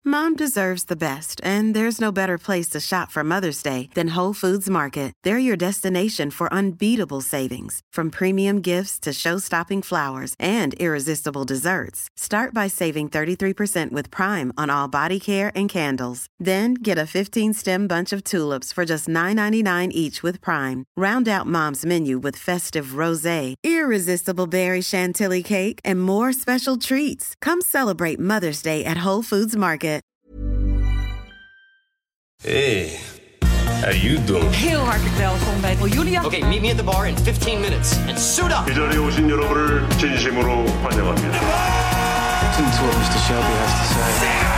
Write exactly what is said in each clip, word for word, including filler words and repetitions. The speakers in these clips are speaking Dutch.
Mom deserves the best, and there's no better place to shop for Mother's Day than Whole Foods Market. They're your destination for unbeatable savings, from premium gifts to show-stopping flowers and irresistible desserts. Start by saving thirty-three percent with Prime on all body care and candles. Then get a fifteen-stem bunch of tulips for just nine ninety-nine each with Prime. Round out Mom's menu with festive rosé, irresistible berry chantilly cake, and more special treats. Come celebrate Mother's Day at Whole Foods Market. Hey, how you doing? Heel hartelijk welkom bij Julia. Okay, meet me at the bar in fifteen minutes and suit up. 이 자리에 오신 여러분을 진심으로 환영합니다. Listen to what mister Shelby has to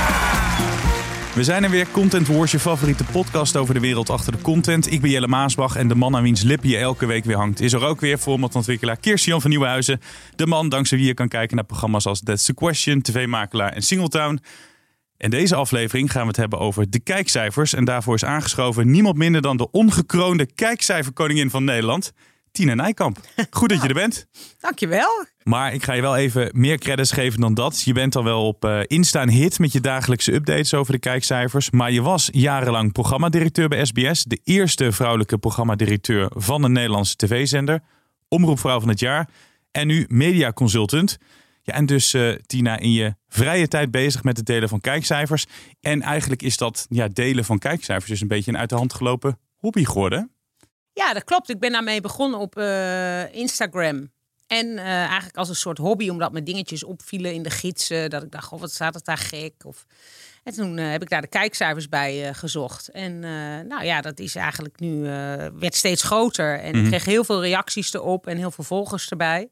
say. We zijn er weer, Content Wars, je favoriete podcast over de wereld achter de content. Ik ben Jelle Maasbach en de man aan wiens lippen je elke week weer hangt is er ook weer, formatontwikkelaar Kirsten-Jan van Nieuwenhuizen. De man dankzij wie je kan kijken naar programma's als That's the Question, T V-makelaar en Singletown. En deze aflevering gaan we het hebben over de kijkcijfers. En daarvoor is aangeschoven niemand minder dan de ongekroonde kijkcijferkoningin van Nederland, Tina Nijkamp. Goed dat je er bent. Dankjewel. Maar ik ga je wel even meer credits geven dan dat. Je bent al wel op uh, Insta een hit met je dagelijkse updates over de kijkcijfers. Maar je was jarenlang programmadirecteur bij S B S. De eerste vrouwelijke programmadirecteur van een Nederlandse tv-zender. Omroepvrouw van het jaar. En nu mediaconsultant. Ja, en dus uh, Tina, in je vrije tijd bezig met het delen van kijkcijfers. En eigenlijk is dat ja, delen van kijkcijfers dus een beetje een uit de hand gelopen hobby geworden. Ja, dat klopt. Ik ben daarmee begonnen op uh, Instagram. En uh, eigenlijk als een soort hobby, omdat me dingetjes opvielen in de gidsen. Dat ik dacht, oh, wat staat het daar gek? Of... En toen uh, heb ik daar de kijkcijfers bij uh, gezocht. En uh, nou ja, dat is eigenlijk nu, uh, werd steeds groter. En mm-hmm. ik kreeg heel veel reacties erop en heel veel volgers erbij.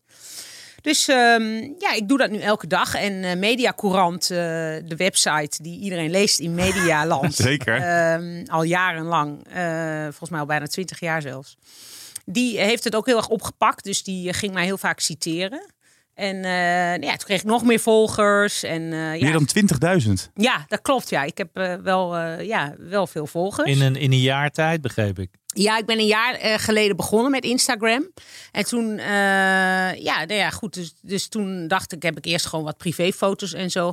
Dus um, ja, ik doe dat nu elke dag. En uh, Mediacourant, uh, de website die iedereen leest in Medialand. Zeker. Um, al jarenlang, uh, volgens mij al bijna twintig jaar zelfs. Die heeft het ook heel erg opgepakt. Dus die uh, ging mij heel vaak citeren. En uh, ja, toen kreeg ik nog meer volgers. En, uh, meer ja, dan twintigduizend? Ja, dat klopt. Ja. Ik heb uh, wel, uh, ja, wel veel volgers. In een, in een jaar tijd, begreep ik. Ja, ik ben een jaar uh, geleden begonnen met Instagram. En toen, uh, ja, nou ja, goed. Dus, dus toen dacht ik, heb ik eerst gewoon wat privéfoto's en zo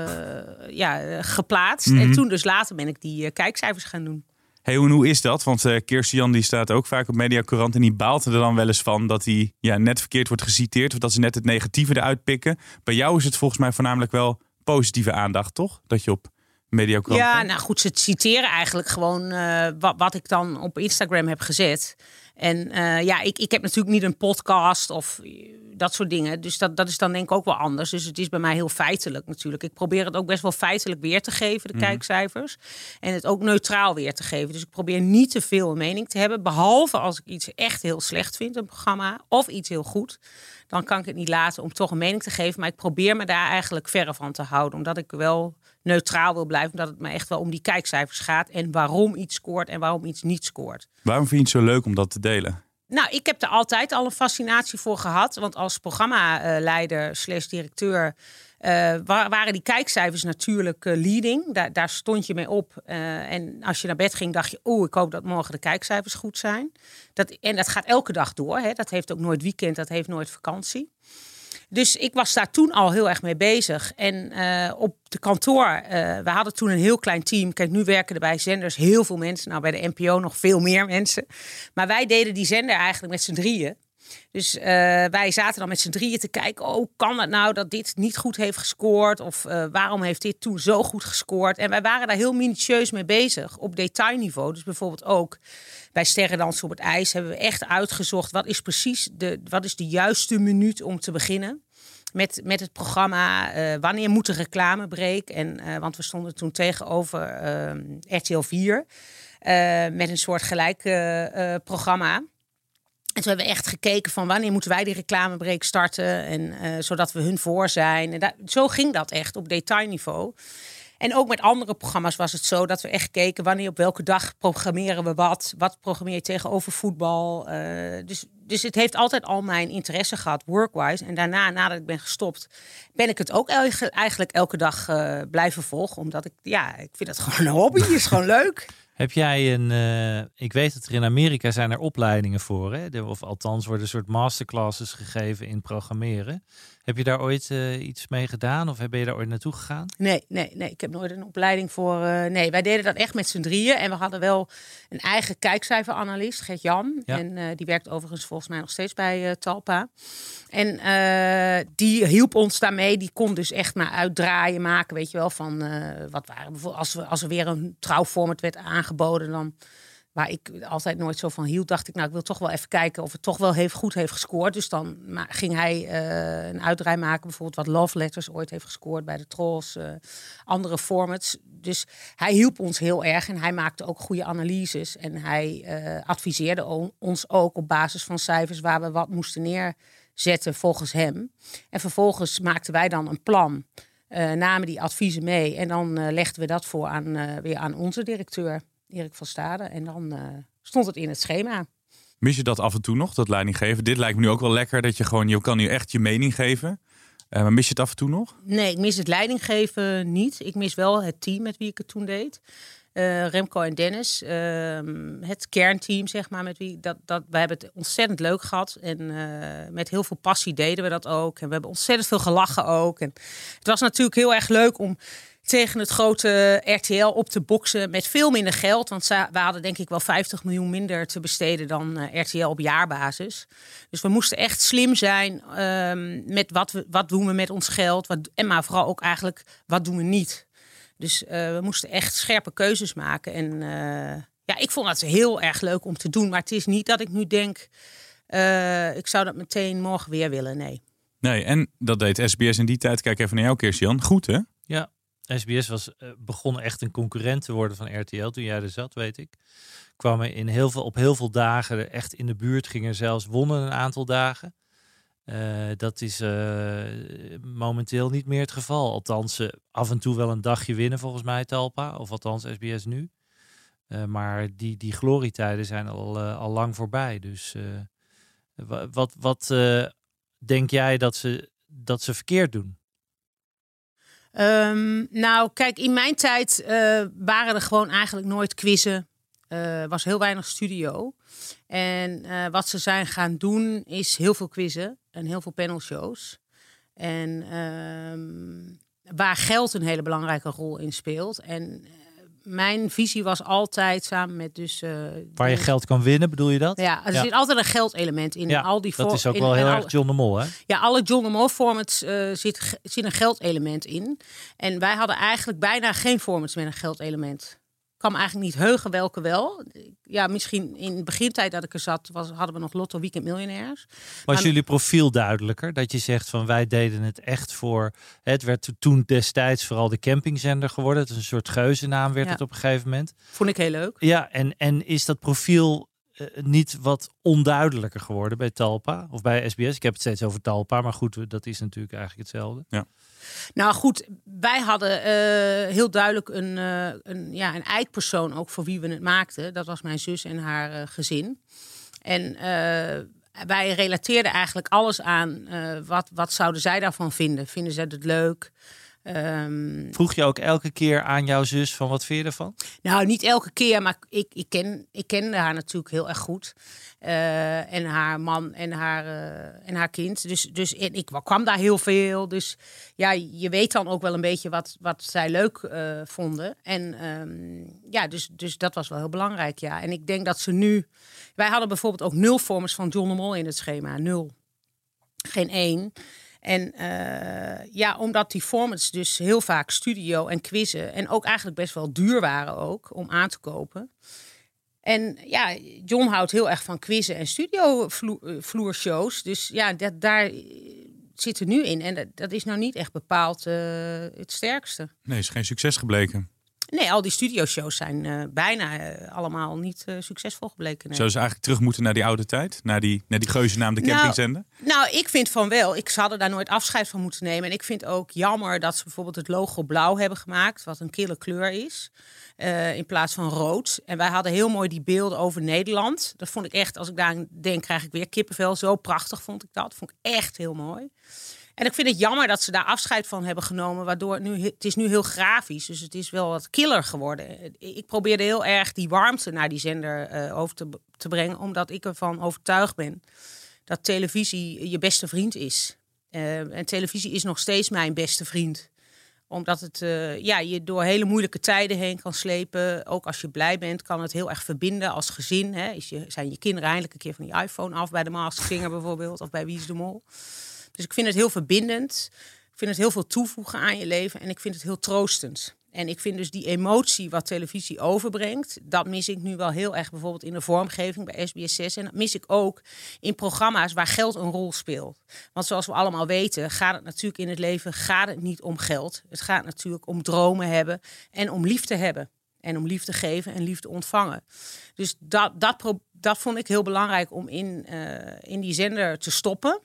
ge, ja, geplaatst. Mm-hmm. En toen dus later ben ik die uh, kijkcijfers gaan doen. Hey, hoe, hoe is dat? Want uh, Kirsten-Jan die staat ook vaak op Mediacourant en die baalt er dan wel eens van dat hij ja, net verkeerd wordt geciteerd of dat ze net het negatieve eruit pikken. Bij jou is het volgens mij voornamelijk wel positieve aandacht, toch? Dat je op Mediacourant... Ja, nou goed, ze citeren eigenlijk gewoon uh, wat, wat ik dan op Instagram heb gezet. En uh, ja, ik, ik heb natuurlijk niet een podcast of dat soort dingen. Dus dat, dat is dan denk ik ook wel anders. Dus het is bij mij heel feitelijk natuurlijk. Ik probeer het ook best wel feitelijk weer te geven, de mm. kijkcijfers. En het ook neutraal weer te geven. Dus ik probeer niet te veel een mening te hebben. Behalve als ik iets echt heel slecht vind, een programma, of iets heel goed. Dan kan ik het niet laten om toch een mening te geven. Maar ik probeer me daar eigenlijk verre van te houden. Omdat ik wel neutraal wil blijven. Omdat het me echt wel om die kijkcijfers gaat. En waarom iets scoort en waarom iets niet scoort. Waarom vind je het zo leuk om dat te delen? Nou, ik heb er altijd al een fascinatie voor gehad. Want als programmaleider slash directeur uh, waren die kijkcijfers natuurlijk uh, leading. Daar, daar stond je mee op. Uh, en als je naar bed ging, dacht je, oeh, ik hoop dat morgen de kijkcijfers goed zijn. Dat, en dat gaat elke dag door. Hè. Dat heeft ook nooit weekend, dat heeft nooit vakantie. Dus ik was daar toen al heel erg mee bezig. En uh, op de kantoor, uh, we hadden toen een heel klein team. Kijk, nu werken er bij zenders heel veel mensen. Nou, bij de N P O nog veel meer mensen. Maar wij deden die zender eigenlijk met z'n drieën. Dus uh, wij zaten dan met z'n drieën te kijken. Oh, kan het nou dat dit niet goed heeft gescoord? Of uh, waarom heeft dit toen zo goed gescoord? En wij waren daar heel minutieus mee bezig. Op detailniveau. Dus bijvoorbeeld ook bij Sterrendansen op het IJs hebben we echt uitgezocht. Wat is precies de, wat is de juiste minuut om te beginnen? Met, met het programma, uh, wanneer moet de reclamebreak? En, uh, want we stonden toen tegenover uh, R T L vier. Uh, met een soort gelijk uh, uh, programma. En toen hebben we echt gekeken van wanneer moeten wij die reclamebreak starten. En, uh, zodat we hun voor zijn. En dat, zo ging dat echt op detailniveau. En ook met andere programma's was het zo dat we echt keken wanneer op welke dag programmeren we wat. Wat programmeer je tegenover voetbal. Uh, dus, dus het heeft altijd al mijn interesse gehad, workwise. En daarna, nadat ik ben gestopt, ben ik het ook eigenlijk elke dag uh, blijven volgen. Omdat ik, ja, ik vind het gewoon een hobby. Het is gewoon leuk. Heb jij een... Uh, ik weet dat er in Amerika zijn er opleidingen voor. Hè? De, of althans worden een soort masterclasses gegeven in programmeren. Heb je daar ooit uh, iets mee gedaan? Of ben je daar ooit naartoe gegaan? Nee, nee, nee. Ik heb nooit een opleiding voor... Uh, nee, wij deden dat echt met z'n drieën. En we hadden wel een eigen kijkcijferanalist, Gert-Jan. Ja. En uh, die werkt overigens volgens mij nog steeds bij uh, Talpa. En uh, die hielp ons daarmee. Die kon dus echt maar uitdraaien maken, weet je wel. Van uh, wat waren bijvoorbeeld als we, als er weer een trouwformat werd aangeboden, dan... waar ik altijd nooit zo van hield, dacht ik, nou, ik wil toch wel even kijken of het toch wel heeft, goed heeft gescoord. Dus dan ging hij uh, een uitdraai maken, bijvoorbeeld wat Love Letters ooit heeft gescoord bij de Trolls, uh, andere formats. Dus hij hielp ons heel erg en hij maakte ook goede analyses. En hij uh, adviseerde o- ons ook op basis van cijfers waar we wat moesten neerzetten volgens hem. En vervolgens maakten wij dan een plan, uh, namen die adviezen mee en dan uh, legden we dat voor aan, uh, weer aan onze directeur, Erik van Stade. En dan uh, stond het in het schema. Mis je dat af en toe nog, dat leiding geven? Dit lijkt me nu ook wel lekker, dat je gewoon, je kan nu echt je mening geven. Uh, maar mis je het af en toe nog? Nee, ik mis het leiding geven niet. Ik mis wel het team met wie ik het toen deed. Uh, Remco en Dennis. Uh, het kernteam, zeg maar, met wie dat, dat wij hebben het ontzettend leuk gehad. En uh, met heel veel passie deden we dat ook. En we hebben ontzettend veel gelachen ook. En het was natuurlijk heel erg leuk om tegen het grote R T L op te boksen met veel minder geld. Want we hadden denk ik wel vijftig miljoen minder te besteden dan uh, R T L op jaarbasis. Dus we moesten echt slim zijn um, met wat, we, wat doen we met ons geld. Wat, en maar vooral ook eigenlijk, wat doen we niet. Dus uh, we moesten echt scherpe keuzes maken. En uh, ja, ik vond het heel erg leuk om te doen. Maar het is niet dat ik nu denk, uh, ik zou dat meteen morgen weer willen. Nee. Nee, en dat deed S B S in die tijd. Kijk even naar jou, Kirstian. Goed, hè? Ja. S B S was, uh, begon echt een concurrent te worden van R T L toen jij er zat, weet ik. Kwamen in heel veel, op heel veel dagen echt in de buurt, gingen zelfs, wonnen een aantal dagen. Uh, dat is uh, momenteel niet meer het geval. Althans, uh, af en toe wel een dagje winnen volgens mij, Talpa. Of althans S B S nu. Uh, maar die, die glorietijden zijn al, uh, al lang voorbij. Dus uh, wat, wat uh, denk jij dat ze, dat ze verkeerd doen? Um, nou, kijk, in mijn tijd uh, waren er gewoon eigenlijk nooit quizzen. Er uh, was heel weinig studio. En uh, wat ze zijn gaan doen is heel veel quizzen en heel veel panelshows. En um, waar geld een hele belangrijke rol in speelt. En uh, mijn visie was altijd samen met dus... Uh, waar je geld kan winnen, bedoel je dat? Ja, er ja. zit altijd een geldelement in. Ja, al die dat is ook in, wel heel in erg alle, John de Mol, hè? Ja, alle John de Mol formats uh, zit, zit een geldelement in. En wij hadden eigenlijk bijna geen formats met een geldelement. Ik kan me eigenlijk niet heugen welke wel. Ja, misschien in de begintijd dat ik er zat, was, hadden we nog Lotto Weekend Miljonairs. Was maar, jullie profiel duidelijker? Dat je zegt van wij deden het echt voor... Het werd toen destijds vooral de campingzender geworden. Het is een soort geuzennaam werd ja. het op een gegeven moment. Vond ik heel leuk. Ja, en, en is dat profiel uh, niet wat onduidelijker geworden bij Talpa? Of bij S B S? Ik heb het steeds over Talpa, maar goed, dat is natuurlijk eigenlijk hetzelfde. Ja. Nou goed, wij hadden uh, heel duidelijk een, uh, een, ja, een eikpersoon ook voor wie we het maakten. Dat was mijn zus en haar uh, gezin. En uh, wij relateerden eigenlijk alles aan uh, wat, wat zouden zij daarvan vinden. Vinden zij het leuk? Um, Vroeg je ook elke keer aan jouw zus van wat vind je ervan? Nou, niet elke keer, maar ik, ik, ken, ik kende haar natuurlijk heel erg goed. Uh, en haar man en haar, uh, en haar kind. Dus, dus en ik kwam daar heel veel. Dus ja, je weet dan ook wel een beetje wat, wat zij leuk uh, vonden. En um, ja, dus, dus dat was wel heel belangrijk, ja. En ik denk dat ze nu... Wij hadden bijvoorbeeld ook nul vormers van John de Mol in het schema. Nul. Geen één. En uh, ja, omdat die formats dus heel vaak studio en quizzen... en ook eigenlijk best wel duur waren ook om aan te kopen. En ja, John houdt heel erg van quizzen en studiovloershows. Dus ja, dat, daar zit er nu in. En dat, dat is nou niet echt bepaald uh, het sterkste. Nee, is geen succes gebleken. Nee, al die studioshows zijn uh, bijna uh, allemaal niet uh, succesvol gebleken. Nee. Zouden ze eigenlijk terug moeten naar die oude tijd? Naar die, naar die geuzennaam de campingzender? Nou, nou, ik vind van wel. Ik ze hadden daar nooit afscheid van moeten nemen. En ik vind ook jammer dat ze bijvoorbeeld het logo blauw hebben gemaakt. Wat een kille kleur is. Uh, in plaats van rood. En wij hadden heel mooi die beelden over Nederland. Dat vond ik echt, als ik daar aan denk, krijg ik weer kippenvel. Zo prachtig vond ik dat. Vond ik echt heel mooi. En ik vind het jammer dat ze daar afscheid van hebben genomen. Waardoor het nu, het is nu heel grafisch. Dus het is wel wat killer geworden. Ik probeerde heel erg die warmte naar die zender uh, over te, te brengen. Omdat ik ervan overtuigd ben dat televisie je beste vriend is. Uh, en televisie is nog steeds mijn beste vriend. Omdat het uh, ja, je door hele moeilijke tijden heen kan slepen. Ook als je blij bent, kan het heel erg verbinden als gezin. Hè. Is je, zijn je kinderen eindelijk een keer van die iPhone af bij de Masked Singer bijvoorbeeld. Of bij Wie is de Mol. Dus ik vind het heel verbindend. Ik vind het heel veel toevoegen aan je leven. En ik vind het heel troostend. En ik vind dus die emotie wat televisie overbrengt, dat mis ik nu wel heel erg bijvoorbeeld in de vormgeving bij S B S zes. En dat mis ik ook in programma's waar geld een rol speelt. Want zoals we allemaal weten, gaat het natuurlijk in het leven gaat het niet om geld. Het gaat natuurlijk om dromen hebben en om liefde hebben. En om liefde geven en liefde ontvangen. Dus dat, dat, dat vond ik heel belangrijk om in, uh, in die zender te stoppen.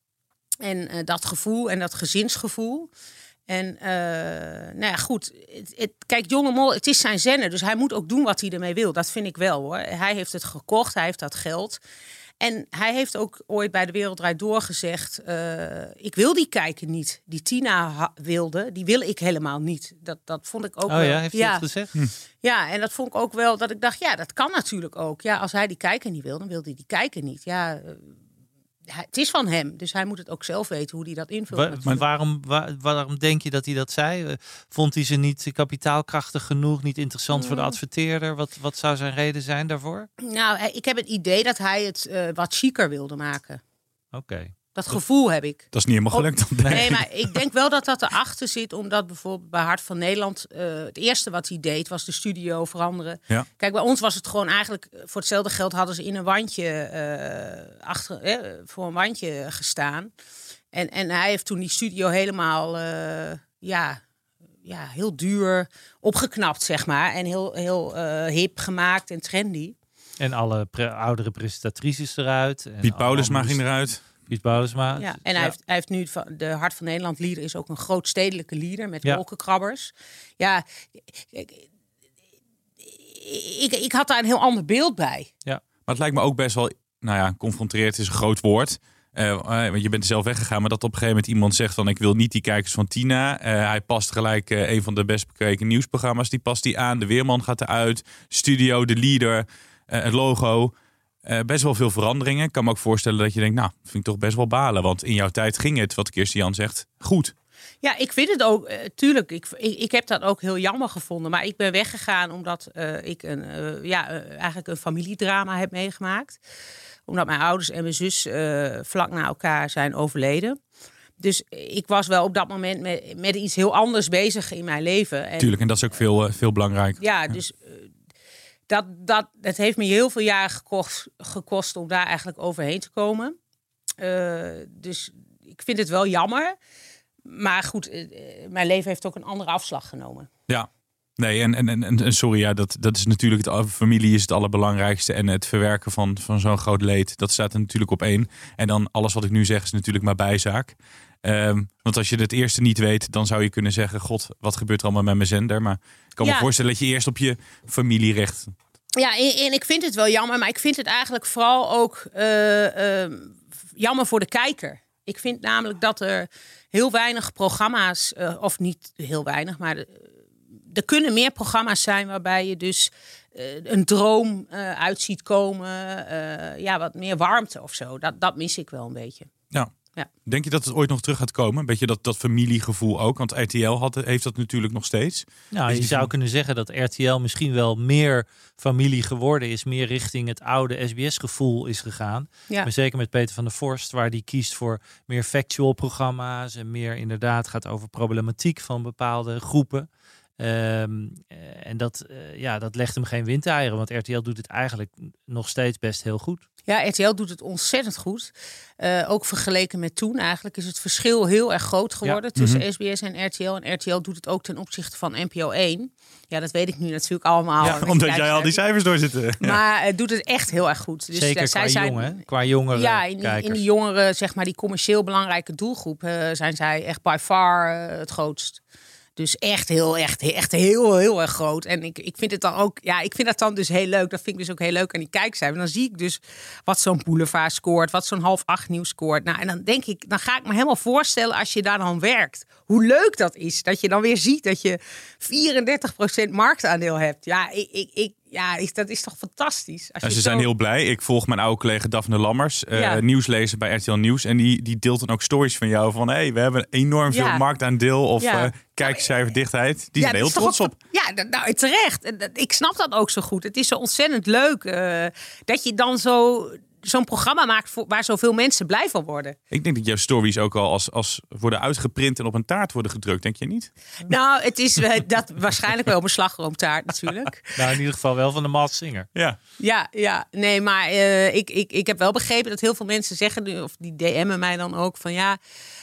En uh, dat gevoel en dat gezinsgevoel. En uh, nou ja, goed. Het, het, kijk, John de Mol, het is zijn zender. Dus hij moet ook doen wat hij ermee wil. Dat vind ik wel, hoor. Hij heeft het gekocht. Hij heeft dat geld. En hij heeft ook ooit bij De Wereld Draait Door gezegd, Uh, ik wil die kijken niet. Die Tina ha- wilde, die wil ik helemaal niet. Dat, dat vond ik ook oh, wel. Ja, heeft hij ja. dat gezegd? Hm. Ja, en dat vond ik ook wel, dat ik dacht, ja, dat kan natuurlijk ook. Ja, als hij die kijker niet wil, dan wil hij die kijker niet. Ja, uh, het is van hem, dus hij moet het ook zelf weten hoe hij dat invult. Wa- maar waarom, waar, waarom denk je dat hij dat zei? Vond hij ze niet kapitaalkrachtig genoeg, niet interessant mm. voor de adverteerder? Wat, wat zou zijn reden zijn daarvoor? Nou, ik heb het idee dat hij het uh, wat chiquer wilde maken. Oké. Okay. Dat gevoel heb ik. Dat is niet helemaal gelukt. Oh, nee, maar ik denk wel dat dat erachter zit. Omdat bijvoorbeeld bij Hart van Nederland Uh, het eerste wat hij deed was de studio veranderen. Ja. Kijk, bij ons was het gewoon eigenlijk, voor hetzelfde geld hadden ze in een wandje uh, achter, eh, voor een wandje gestaan. En, en hij heeft toen die studio helemaal uh, ja, ja, heel duur opgeknapt, zeg maar. En heel, heel uh, hip gemaakt en trendy. En alle pre- oudere presentatrices eruit. En Piet Paulusma ging eruit. Piet Paulusma. Ja, en hij, ja. heeft, hij heeft nu de Hart van Nederland lieder is ook een groot stedelijke lieder met ja. wolkenkrabbers. Ja, ik, ik, ik had daar een heel ander beeld bij. Ja, maar het lijkt me ook best wel, nou ja, confronteerd is een groot woord. Uh, want je bent er zelf weggegaan, maar dat op een gegeven moment iemand zegt van ik wil niet die kijkers van Tina. Uh, hij past gelijk uh, een van de best bekeken nieuwsprogramma's. Die past die aan. De Weerman gaat eruit. Studio, de leader, uh, het logo. Uh, best wel veel veranderingen. Ik kan me ook voorstellen dat je denkt, nou, vind ik toch best wel balen. Want in jouw tijd ging het, wat Kirsten Jan zegt, goed. Ja, ik vind het ook, uh, tuurlijk, ik, ik, ik heb dat ook heel jammer gevonden. Maar ik ben weggegaan omdat uh, ik een, uh, ja, uh, eigenlijk een familiedrama heb meegemaakt. Omdat mijn ouders en mijn zus uh, vlak na elkaar zijn overleden. Dus ik was wel op dat moment met, met iets heel anders bezig in mijn leven. En, tuurlijk, en dat is ook veel, uh, veel belangrijk. Ja, ja. dus uh, dat, dat, het heeft me heel veel jaren gekost, gekost om daar eigenlijk overheen te komen. Uh, dus ik vind het wel jammer. Maar goed, uh, mijn leven heeft ook een andere afslag genomen. Ja. Nee, en, en, en, en sorry, ja, dat, dat is natuurlijk, het, familie is het allerbelangrijkste. En het verwerken van, van zo'n groot leed, dat staat er natuurlijk op één. En dan alles wat ik nu zeg is natuurlijk maar bijzaak. Um, want als je het eerste niet weet, dan zou je kunnen zeggen, god, wat gebeurt er allemaal met mijn zender? Maar ik kan ja. me voorstellen dat je eerst op je familie richt. Ja, en, en ik vind het wel jammer, maar ik vind het eigenlijk vooral ook uh, uh, jammer voor de kijker. Ik vind namelijk dat er heel weinig programma's, uh, of niet heel weinig, maar uh, er kunnen meer programma's zijn waarbij je dus uh, een droom uh, uit ziet komen. Uh, ja, wat meer warmte of zo. Dat, dat mis ik wel een beetje. Ja. Ja. Denk je dat het ooit nog terug gaat komen? Een beetje dat, dat familiegevoel ook. Want R T L had, heeft dat natuurlijk nog steeds. Nou, je zou kunnen zeggen dat R T L misschien wel meer familie geworden is. Meer richting het oude S B S-gevoel is gegaan. Ja. Maar zeker met Peter van der Vorst, waar die kiest voor meer factual programma's. En meer inderdaad gaat over problematiek van bepaalde groepen. Um, en dat, uh, ja, dat legt hem geen windeieren. Want R T L doet het eigenlijk nog steeds best heel goed. Ja, R T L doet het ontzettend goed. Uh, ook vergeleken met toen eigenlijk is het verschil heel erg groot geworden ja. tussen mm-hmm. S B S en R T L. En R T L doet het ook ten opzichte van N P O één. Ja, dat weet ik nu natuurlijk allemaal. Ja, omdat jij al die cijfers doorzit. Maar het uh, doet het echt heel erg goed. Dus, zeker uh, zij qua zijn, jongen, qua jongeren. Ja, in die, in die jongeren, zeg maar, die commercieel belangrijke doelgroep uh, zijn zij echt by far uh, het grootst. Dus echt heel, echt, echt heel, heel erg groot. En ik, ik vind het dan ook, ja, ik vind dat dan dus heel leuk. Dat vind ik dus ook heel leuk aan die kijkcijfers. Dan zie ik dus wat zo'n Boulevard scoort, wat zo'n half acht nieuws scoort. Nou, en dan denk ik, dan ga ik me helemaal voorstellen als je daar dan werkt. Hoe leuk dat is. Dat je dan weer ziet dat je vierendertig procent marktaandeel hebt. Ja, ik, ik, ik Ja, dat is toch fantastisch. Als ja, je ze zo... zijn heel blij. Ik volg mijn oude collega Daphne Lammers, uh, Ja. nieuwslezer bij R T L Nieuws. En die, die deelt dan ook stories van jou van... hé, hey, we hebben enorm veel Ja. marktaandeel of Ja. uh, kijkcijferdichtheid. Die Ja, zijn heel dat is toch trots wat- op. Ja, nou, terecht. En dat- Ik snap dat ook zo goed. Het is zo ontzettend leuk uh, dat je dan zo... zo'n programma maakt voor, waar zoveel mensen blij van worden. Ik denk dat jouw stories ook al als, als worden uitgeprint en op een taart worden gedrukt. Denk je niet? Nou, het is uh, dat waarschijnlijk wel op een slagroomtaart natuurlijk. Nou, in ieder geval wel van de Masked Singer. Ja. Ja, ja. Nee, maar uh, ik, ik, ik heb wel begrepen dat heel veel mensen zeggen... of die D M'en mij dan ook van ja...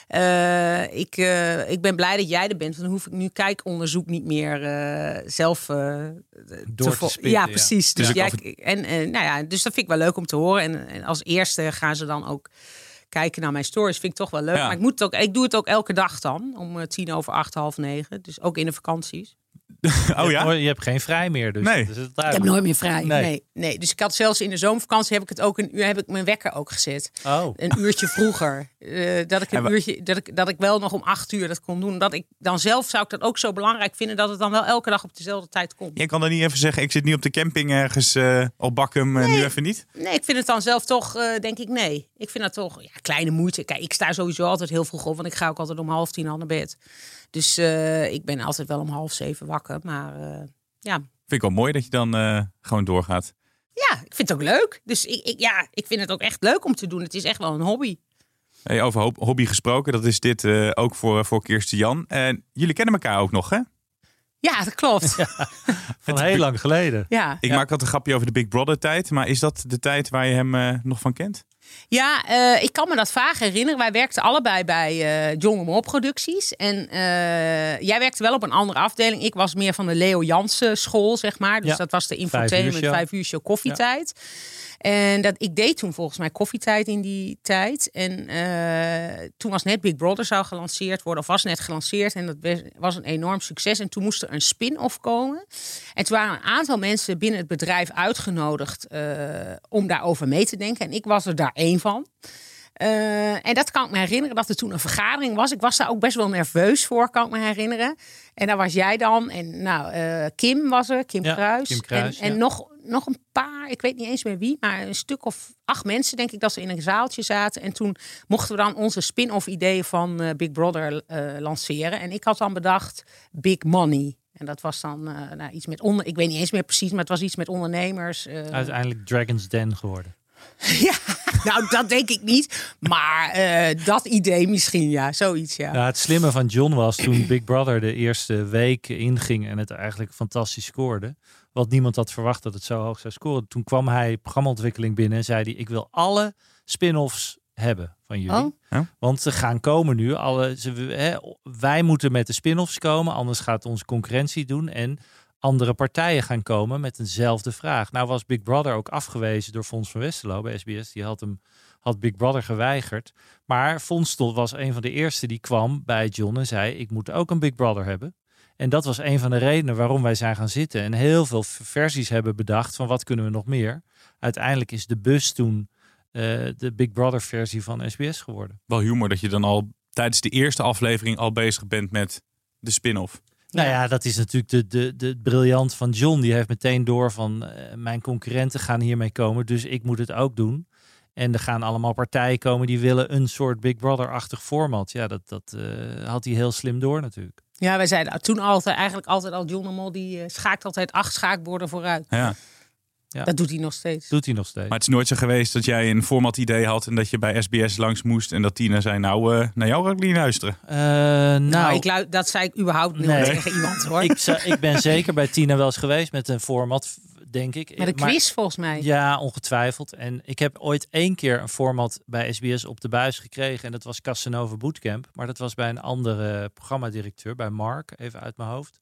Uh, ik, uh, ik ben blij dat jij er bent. Want dan hoef ik nu kijkonderzoek niet meer uh, zelf uh, door te, te spitten. Ja, precies. Ja. Dus, Dus ja, af- ik- en, uh, nou ja, dus dat vind ik wel leuk om te horen. En, en als eerste gaan ze dan ook kijken naar mijn stories. Vind ik toch wel leuk. Ja. Maar ik, moet het ook, ik doe het ook elke dag dan. Om uh, tien over acht, half negen. Dus ook in de vakanties. Oh ja? Je hebt geen vrij meer, dus Nee. dat is het Ik heb duidelijk. nooit meer vrij. Nee. Nee. Nee, dus ik had zelfs in de zomervakantie heb ik het ook een uur heb ik mijn wekker ook gezet. Oh. Een uurtje vroeger. Uh, dat ik En een wa- uurtje dat ik dat ik wel nog om acht uur dat kon doen. Dat ik dan zelf zou ik dat ook zo belangrijk vinden dat het dan wel elke dag op dezelfde tijd komt. Jij kan dan niet even zeggen, ik zit nu op de camping ergens uh, op Bakkum, uh, nu even niet? Nee, ik vind het dan zelf toch, uh, denk ik, nee. Ik vind dat toch, ja, kleine moeite. Kijk, ik sta sowieso altijd heel vroeg op, want ik ga ook altijd om half tien al naar bed. Dus uh, ik ben altijd wel om half zeven wakker. Maar uh, ja. Vind ik wel mooi dat je dan uh, gewoon doorgaat. Ja, ik vind het ook leuk. Dus ik, ik, ja, ik vind het ook echt leuk om te doen. Het is echt wel een hobby. Hey, over ho- hobby gesproken, dat is dit uh, ook voor, voor Kirsten Jan. En jullie kennen elkaar ook nog, hè? Ja, dat klopt. Ja. Van heel lang geleden. Ja, Ik Ja. maak altijd een grapje over de Big Brother tijd. Maar is dat de tijd waar je hem uh, nog van kent? ja uh, ik kan me dat vaag herinneren. Wij werkten allebei bij uh, John de Mol Producties. En uh, jij werkte wel op een andere afdeling. Ik was meer van de Leo Jansen school, zeg maar. Dus Ja. dat was de infotainment, Vijf uur show. vijf uur show koffietijd. Ja. En dat, ik deed toen volgens mij koffietijd in die tijd. En uh, toen was net Big Brother zou gelanceerd worden. Of was net gelanceerd. En dat was een enorm succes. En toen moest er een spin-off komen. En toen waren een aantal mensen binnen het bedrijf uitgenodigd uh, om daarover mee te denken. En ik was er daar één van. Uh, en dat kan ik me herinneren dat er toen een vergadering was. Ik was daar ook best wel nerveus voor, kan ik me herinneren. En daar was jij dan. En nou, uh, Kim was er, Kim Ja, Kruis. Kim Kruis, en en ja. nog, nog een paar, ik weet niet eens meer wie, maar een stuk of acht mensen, denk ik, dat ze in een zaaltje zaten. En toen mochten we dan onze spin-off ideeën van uh, Big Brother uh, lanceren. En ik had dan bedacht Big Money. En dat was dan uh, nou, iets met onder. Ik weet niet eens meer precies, maar het was iets met ondernemers. Uh... Uiteindelijk Dragon's Den geworden. Ja, nou dat denk ik niet. Maar uh, dat idee misschien, ja. Zoiets, ja. Nou, het slimme van John was toen Big Brother de eerste week inging en het eigenlijk fantastisch scoorde. Wat niemand had verwacht dat het zo hoog zou scoren. Toen kwam hij programmaontwikkeling binnen en zei hij, ik wil alle spin-offs hebben van jullie. Oh. Ja. Want ze gaan komen nu. Alle, ze, hè, wij moeten met de spin-offs komen, anders gaat onze concurrentie doen. En andere partijen gaan komen met eenzelfde vraag. Nou was Big Brother ook afgewezen door Fons van Westerlo bij S B S. Die had hem had Big Brother geweigerd. Maar Fons was een van de eerste die kwam bij John en zei, ik moet ook een Big Brother hebben. En dat was een van de redenen waarom wij zijn gaan zitten en heel veel versies hebben bedacht van wat kunnen we nog meer. Uiteindelijk is de bus toen uh, de Big Brother versie van S B S geworden. Wel humor dat je dan al tijdens de eerste aflevering al bezig bent met de spin-off. Nou ja, dat is natuurlijk de, de, de briljant van John. Die heeft meteen door van uh, mijn concurrenten gaan hiermee komen, dus ik moet het ook doen. En er gaan allemaal partijen komen die willen een soort Big Brother-achtig format. Ja, dat, dat uh, had hij heel slim door natuurlijk. Ja, wij zeiden toen altijd, eigenlijk altijd al John de Mol, die uh, schaakt altijd acht schaakborden vooruit. Ja. Ja. Dat doet hij nog steeds. Doet hij nog steeds. Maar het is nooit zo geweest dat jij een format idee had en dat je bij S B S langs moest en dat Tina zei, nou, uh, naar jou ga ik niet luisteren. Uh, nou, nou ik lu- dat zei ik überhaupt niet nee. tegen iemand, hoor. ik, ik ben zeker bij Tina wel eens geweest met een format, denk ik. Met een maar, quiz volgens mij. Ja, ongetwijfeld. En ik heb ooit één keer een format bij S B S op de buis gekregen. En dat was Casanova Bootcamp. Maar dat was bij een andere programmadirecteur, bij Mark, even uit mijn hoofd.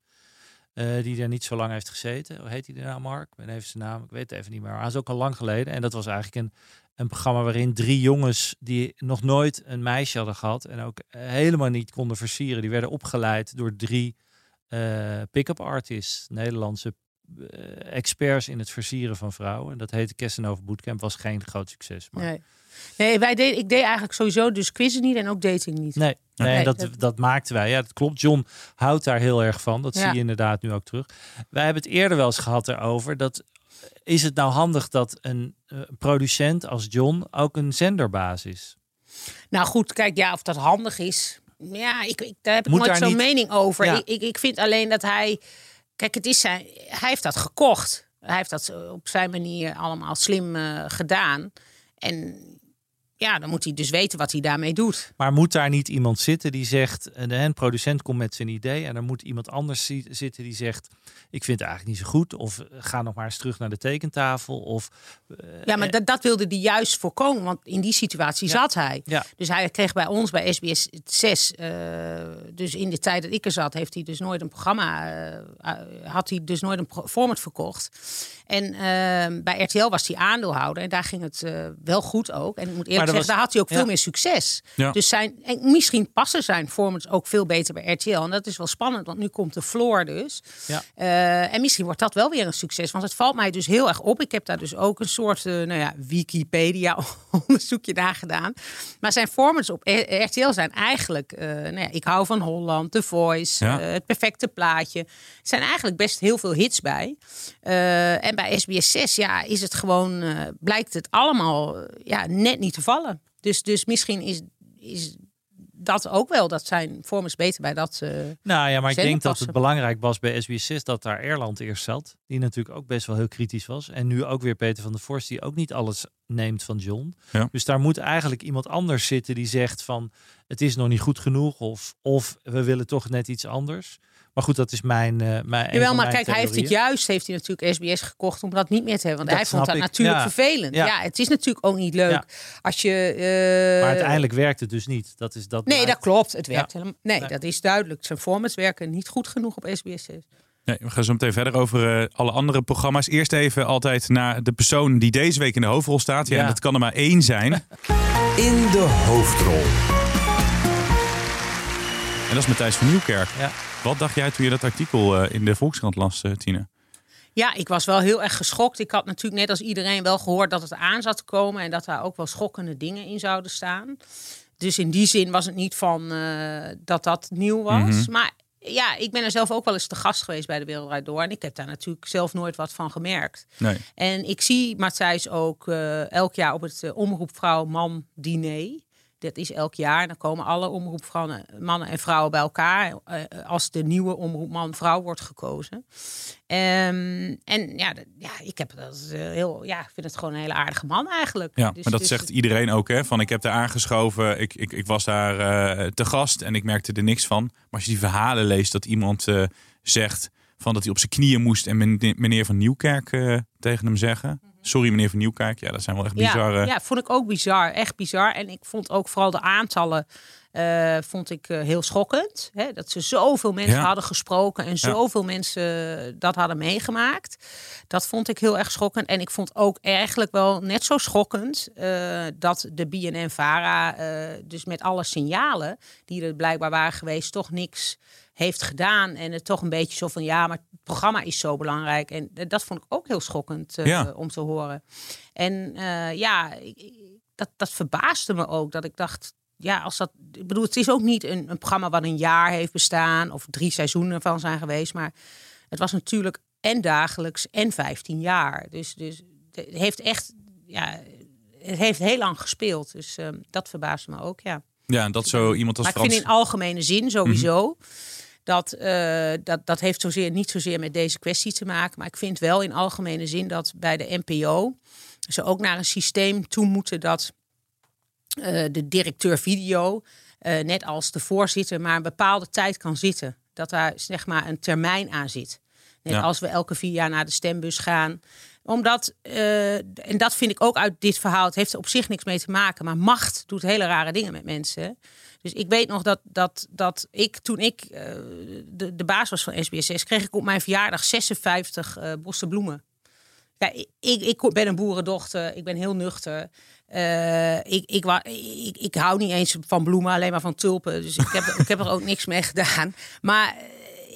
Uh, die daar niet zo lang heeft gezeten. Hoe heet hij nou, Mark? Ik ben even zijn naam. Ik weet het even niet meer. Maar hij is ook al lang geleden. En dat was eigenlijk een, een programma waarin drie jongens die nog nooit een meisje hadden gehad en ook helemaal niet konden versieren. Die werden opgeleid door drie uh, pick-up artists, Nederlandse uh, experts in het versieren van vrouwen. Dat heette Casanova Bootcamp, was geen groot succes. Maar... Nee, nee wij deed, ik deed eigenlijk sowieso dus quizzen niet en ook dating niet. Nee, nee, nee dat, dat... dat maakten wij. Ja, dat klopt. John houdt daar heel erg van. Dat ja. zie je inderdaad nu ook terug. Wij hebben het eerder wel eens gehad erover. Dat, is het nou handig dat een uh, producent als John ook een zenderbaas is? Nou goed, kijk, ja, of dat handig is. Ja, ik, ik, daar heb ik Moet nooit zo'n niet... mening over. Ja. Ik, ik, ik vind alleen dat hij... Kijk, het is zijn, hij heeft dat gekocht. Hij heeft dat op zijn manier allemaal slim uh, gedaan. En ja, dan moet hij dus weten wat hij daarmee doet. Maar moet daar niet iemand zitten die zegt... een producent komt met zijn idee... en er moet iemand anders zitten die zegt... ik vind het eigenlijk niet zo goed... of ga nog maar eens terug naar de tekentafel... of uh, ja, maar dat, dat wilde hij juist voorkomen... want in die situatie ja. zat hij. Ja. Dus hij kreeg bij ons, bij S B S zes... Uh, dus in de tijd dat ik er zat... heeft hij dus nooit een programma... Uh, had hij dus nooit een format verkocht... En uh, bij R T L was hij aandeelhouder. En daar ging het uh, wel goed ook. En ik moet eerlijk zeggen, was... daar had hij ook ja. veel meer succes. Ja. Dus zijn, en misschien passen zijn formats ook veel beter bij R T L. En dat is wel spannend, want nu komt de Floor dus. Ja. Uh, en misschien wordt dat wel weer een succes. Want het valt mij dus heel erg op. Ik heb daar dus ook een soort uh, nou ja, Wikipedia-onderzoekje naar gedaan. Maar zijn formats op R T L zijn eigenlijk... Uh, nou ja, Ik hou van Holland, The Voice, ja. uh, Het perfecte plaatje. Er zijn eigenlijk best heel veel hits bij. Uh, en bij S B S zes ja, is het gewoon, uh, blijkt het allemaal uh, ja, net niet te vallen. Dus, dus misschien is, is dat ook wel, dat zijn formats beter bij dat uh, Nou ja, maar ik denk dat het belangrijk was bij S B S zes dat daar Erland eerst zat. Die natuurlijk ook best wel heel kritisch was. En nu ook weer Peter van der Vorst, die ook niet alles neemt van John. Ja. Dus daar moet eigenlijk iemand anders zitten die zegt van... het is nog niet goed genoeg of, of we willen toch net iets anders... Maar goed, dat is mijn... Uh, mijn Jawel, maar mijn kijk, hij heeft het juist, heeft hij natuurlijk S B S gekocht om dat niet meer te hebben. Want dat hij vond dat ik. natuurlijk ja. vervelend. Ja. ja, het is natuurlijk ook niet leuk. Ja. Als je, uh... Maar uiteindelijk werkt het dus niet. Dat is dat. Nee, dat klopt. Het werkt ja. helemaal. Nee, nee, dat is duidelijk. Zijn formats werken niet goed genoeg op S B S zes. Nee, we gaan zo meteen verder over uh, alle andere programma's. Eerst even altijd naar de persoon die deze week in de hoofdrol staat. Ja, ja. En dat kan er maar één zijn. In de hoofdrol. En dat is Matthijs van Nieuwkerk. Ja. Wat dacht jij toen je dat artikel uh, in de Volkskrant las, uh, Tine? Ja, ik was wel heel erg geschokt. Ik had natuurlijk net als iedereen wel gehoord dat het aan zat te komen... en dat daar ook wel schokkende dingen in zouden staan. Dus in die zin was het niet van uh, dat dat nieuw was. Mm-hmm. Maar ja, ik ben er zelf ook wel eens te gast geweest bij De Wereld Draait Door... en ik heb daar natuurlijk zelf nooit wat van gemerkt. Nee. En ik zie Matthijs ook uh, elk jaar op het uh, Omroep Vrouw Man diner... Dat is elk jaar. Dan komen alle omroepvrouwen, mannen en vrouwen bij elkaar. Uh, als de nieuwe omroep man-vrouw wordt gekozen. Um, en ja, d- ja, ik heb dat uh, heel. Ja, ik vind het gewoon een hele aardige man eigenlijk. Ja, dus, maar dat dus zegt het... iedereen ook, hè? Van ik heb daar aangeschoven. Ik, ik, ik was daar uh, te gast en ik merkte er niks van. Maar als je die verhalen leest dat iemand uh, zegt van dat hij op zijn knieën moest en meneer Van Nieuwkerk uh, tegen hem zeggen. Sorry, meneer Van Nieuwkerk. Ja, dat zijn wel echt bizarre... Ja, ja, vond ik ook bizar. Echt bizar. En ik vond ook vooral de aantallen uh, vond ik uh, heel schokkend. Hè? Dat ze zoveel mensen ja. hadden gesproken en zoveel ja. mensen dat hadden meegemaakt. Dat vond ik heel erg schokkend. En ik vond ook eigenlijk wel net zo schokkend uh, dat de B N N-Vara uh, dus met alle signalen die er blijkbaar waren geweest toch niks heeft gedaan. En het toch een beetje zo van ja, maar het programma is zo belangrijk. En dat vond ik ook heel schokkend uh, ja. om te horen. En uh, ja, ik, dat, dat verbaasde me ook. Dat ik dacht, ja, als dat... Ik bedoel, het is ook niet een, een programma wat een jaar heeft bestaan. Of drie seizoenen van zijn geweest. Maar het was natuurlijk en dagelijks en vijftien jaar. Dus, dus het heeft echt... Ja, het heeft heel lang gespeeld. Dus uh, dat verbaasde me ook, ja. Ja, en dat zo iemand als maar Frans... ik vind in algemene zin sowieso... Mm-hmm. Dat, uh, dat, dat heeft zozeer, niet zozeer met deze kwestie te maken. Maar ik vind wel in algemene zin dat bij de N P O... ze ook naar een systeem toe moeten dat uh, de directeur video... Uh, net als de voorzitter maar een bepaalde tijd kan zitten. Dat daar zeg maar een termijn aan zit. Net ja. als we elke vier jaar naar de stembus gaan. Omdat, uh, en dat vind ik ook uit dit verhaal... het heeft er op zich niks mee te maken... maar macht doet hele rare dingen met mensen... Dus ik weet nog dat, dat, dat ik, toen ik uh, de, de baas was van S B S zes... kreeg ik op mijn verjaardag zesenvijftig uh, bossen bloemen. Ja, ik, ik ben een boerendochter, ik ben heel nuchter. Uh, ik, ik, ik, ik hou niet eens van bloemen, alleen maar van tulpen. Dus ik heb, ik heb er ook niks mee gedaan. Maar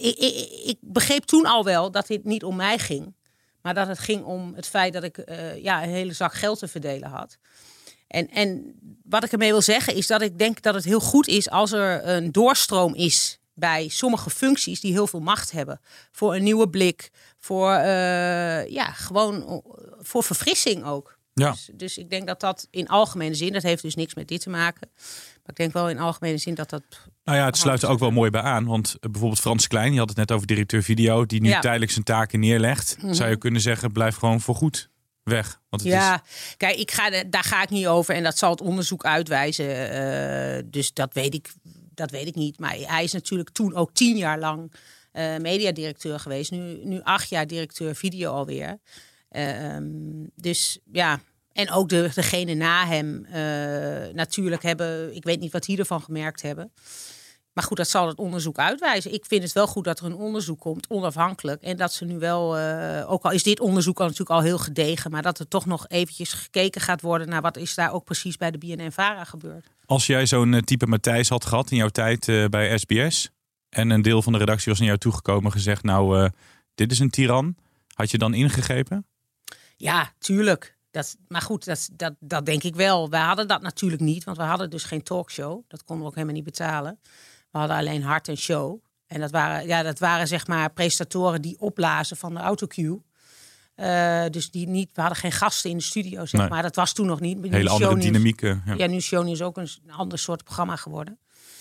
ik, ik, ik begreep toen al wel dat dit niet om mij ging. Maar dat het ging om het feit dat ik uh, ja, een hele zak geld te verdelen had. En, en wat ik ermee wil zeggen is dat ik denk dat het heel goed is als er een doorstroom is bij sommige functies die heel veel macht hebben. Voor een nieuwe blik, voor, uh, ja, gewoon voor verfrissing ook. Ja. Dus, dus ik denk dat dat in algemene zin, dat heeft dus niks met dit te maken. Maar ik denk wel in algemene zin dat dat... Nou ja, het sluit er ook wel mooi bij aan. Want bijvoorbeeld Frans Klein, die had het net over directeur video, die nu ja. tijdelijk zijn taken neerlegt. Mm-hmm. Zou je kunnen zeggen, blijf gewoon voorgoed weg. Want het ja, is... kijk, ik ga, daar ga ik niet over en dat zal het onderzoek uitwijzen. Uh, dus dat weet ik, dat weet ik niet. Maar hij is natuurlijk toen ook tien jaar lang uh, mediadirecteur geweest. Nu, nu acht jaar directeur video alweer. Uh, um, dus ja... En ook de, degene na hem uh, natuurlijk hebben... Ik weet niet wat die ervan gemerkt hebben. Maar goed, dat zal het onderzoek uitwijzen. Ik vind het wel goed dat er een onderzoek komt, onafhankelijk. En dat ze nu wel... Uh, ook al is dit onderzoek al natuurlijk al heel gedegen... maar dat er toch nog eventjes gekeken gaat worden... naar wat is daar ook precies bij de B N N-Vara gebeurd. Als jij zo'n type Matthijs had gehad in jouw tijd uh, bij S B S... en een deel van de redactie was naar jou toegekomen gezegd... nou, uh, dit is een tiran. Had je dan ingegrepen? Ja, tuurlijk. Dat, maar goed, dat, dat, dat denk ik wel. Wij hadden dat natuurlijk niet, want we hadden dus geen talkshow. Dat konden we ook helemaal niet betalen. We hadden alleen Hart en Show. En dat waren, ja, dat waren zeg maar presentatoren die opblazen van de autocue. Uh, dus die niet, we hadden geen gasten in de studio, zeg nee. maar. Dat was toen nog niet. Hele andere dynamiek. Ja. ja, nu Shownieuws is ook een, een ander soort programma geworden.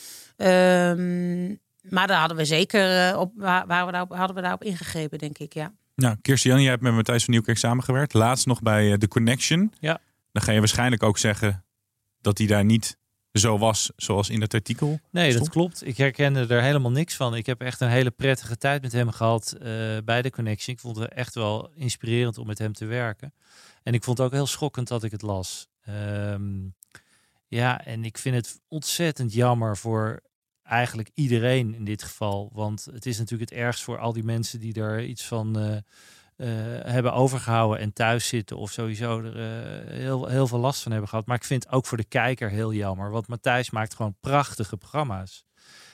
Um, maar daar hadden we zeker uh, op, waar, waar we daarop, hadden we daarop ingegrepen, denk ik, ja. Nou, Kirsten-Jan, jij hebt met Matthijs van Nieuwkerk samengewerkt. Laatst nog bij uh, The Connection. Ja. Dan ga je waarschijnlijk ook zeggen dat hij daar niet zo was zoals in het artikel. Nee, stond. dat klopt. Ik herkende er helemaal niks van. Ik heb echt een hele prettige tijd met hem gehad uh, bij The Connection. Ik vond het echt wel inspirerend om met hem te werken. En ik vond het ook heel schokkend dat ik het las. Um, ja, en ik vind het ontzettend jammer voor eigenlijk iedereen in dit geval. Want het is natuurlijk het ergst voor al die mensen die er iets van uh, uh, hebben overgehouden en thuis zitten of sowieso er uh, heel, heel veel last van hebben gehad. Maar ik vind het ook voor de kijker heel jammer. Want Matthijs maakt gewoon prachtige programma's.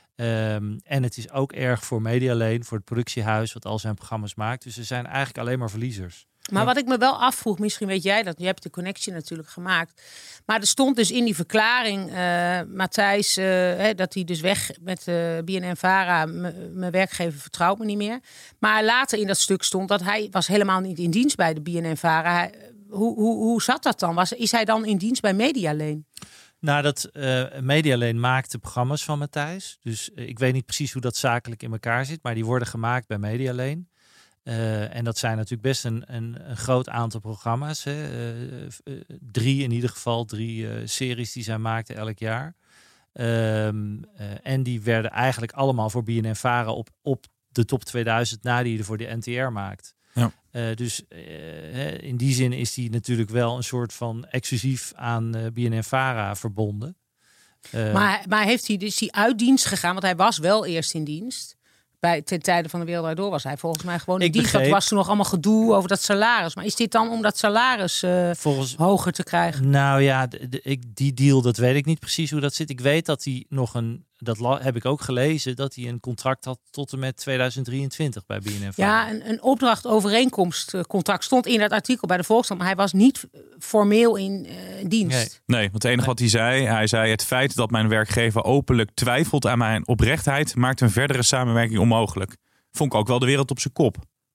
Um, en het is ook erg voor Medialane, voor het productiehuis wat al zijn programma's maakt. Dus er zijn eigenlijk alleen maar verliezers. Maar wat ik me wel afvroeg, misschien weet jij dat, je hebt de connectie natuurlijk gemaakt. Maar er stond dus in die verklaring, uh, Matthijs, uh, hè, dat hij dus weg met uh, B N N-Vara, mijn werkgever vertrouwt me niet meer. Maar later in dat stuk stond dat hij was helemaal niet in dienst bij de B N N-Vara. Hoe, hoe, hoe zat dat dan? Was, is hij dan in dienst bij Medialane? Nou, dat uh, Medialane maakt de programma's van Matthijs. Dus uh, ik weet niet precies hoe dat zakelijk in elkaar zit, maar die worden gemaakt bij Medialane. Uh, en dat zijn natuurlijk best een, een, een groot aantal programma's. Hè. Uh, uh, drie in ieder geval, drie uh, series die zij maakten elk jaar. Um, uh, en die werden eigenlijk allemaal voor B N N-Vara op, op de top tweeduizend na die je er voor de N T R maakt. Ja. Uh, dus uh, in die zin is die natuurlijk wel een soort van exclusief aan uh, B N N-Vara verbonden. Uh, maar, maar heeft hij dus die uit dienst gegaan? Want hij was wel eerst in dienst. Bij, ten tijde van de Wereld Draait Door was hij volgens mij gewoon in dienst. Dat was toen nog allemaal gedoe over dat salaris. Maar is dit dan om dat salaris uh, volgens, hoger te krijgen? Nou ja, de, de, ik, die deal, dat weet ik niet precies hoe dat zit. Ik weet dat hij nog een, dat la, heb ik ook gelezen, dat hij een contract had tot en met tweeduizend drieëntwintig bij B N N-Vara. Ja, een, een opdracht-overeenkomstcontract stond in dat artikel bij de Volkskrant. Maar hij was niet formeel in uh, dienst. Nee. nee, want het enige nee. wat hij zei, hij zei het feit dat mijn werkgever openlijk twijfelt aan mijn oprechtheid maakt een verdere samenwerking onmogelijk. Vond ik ook wel de wereld op zijn kop.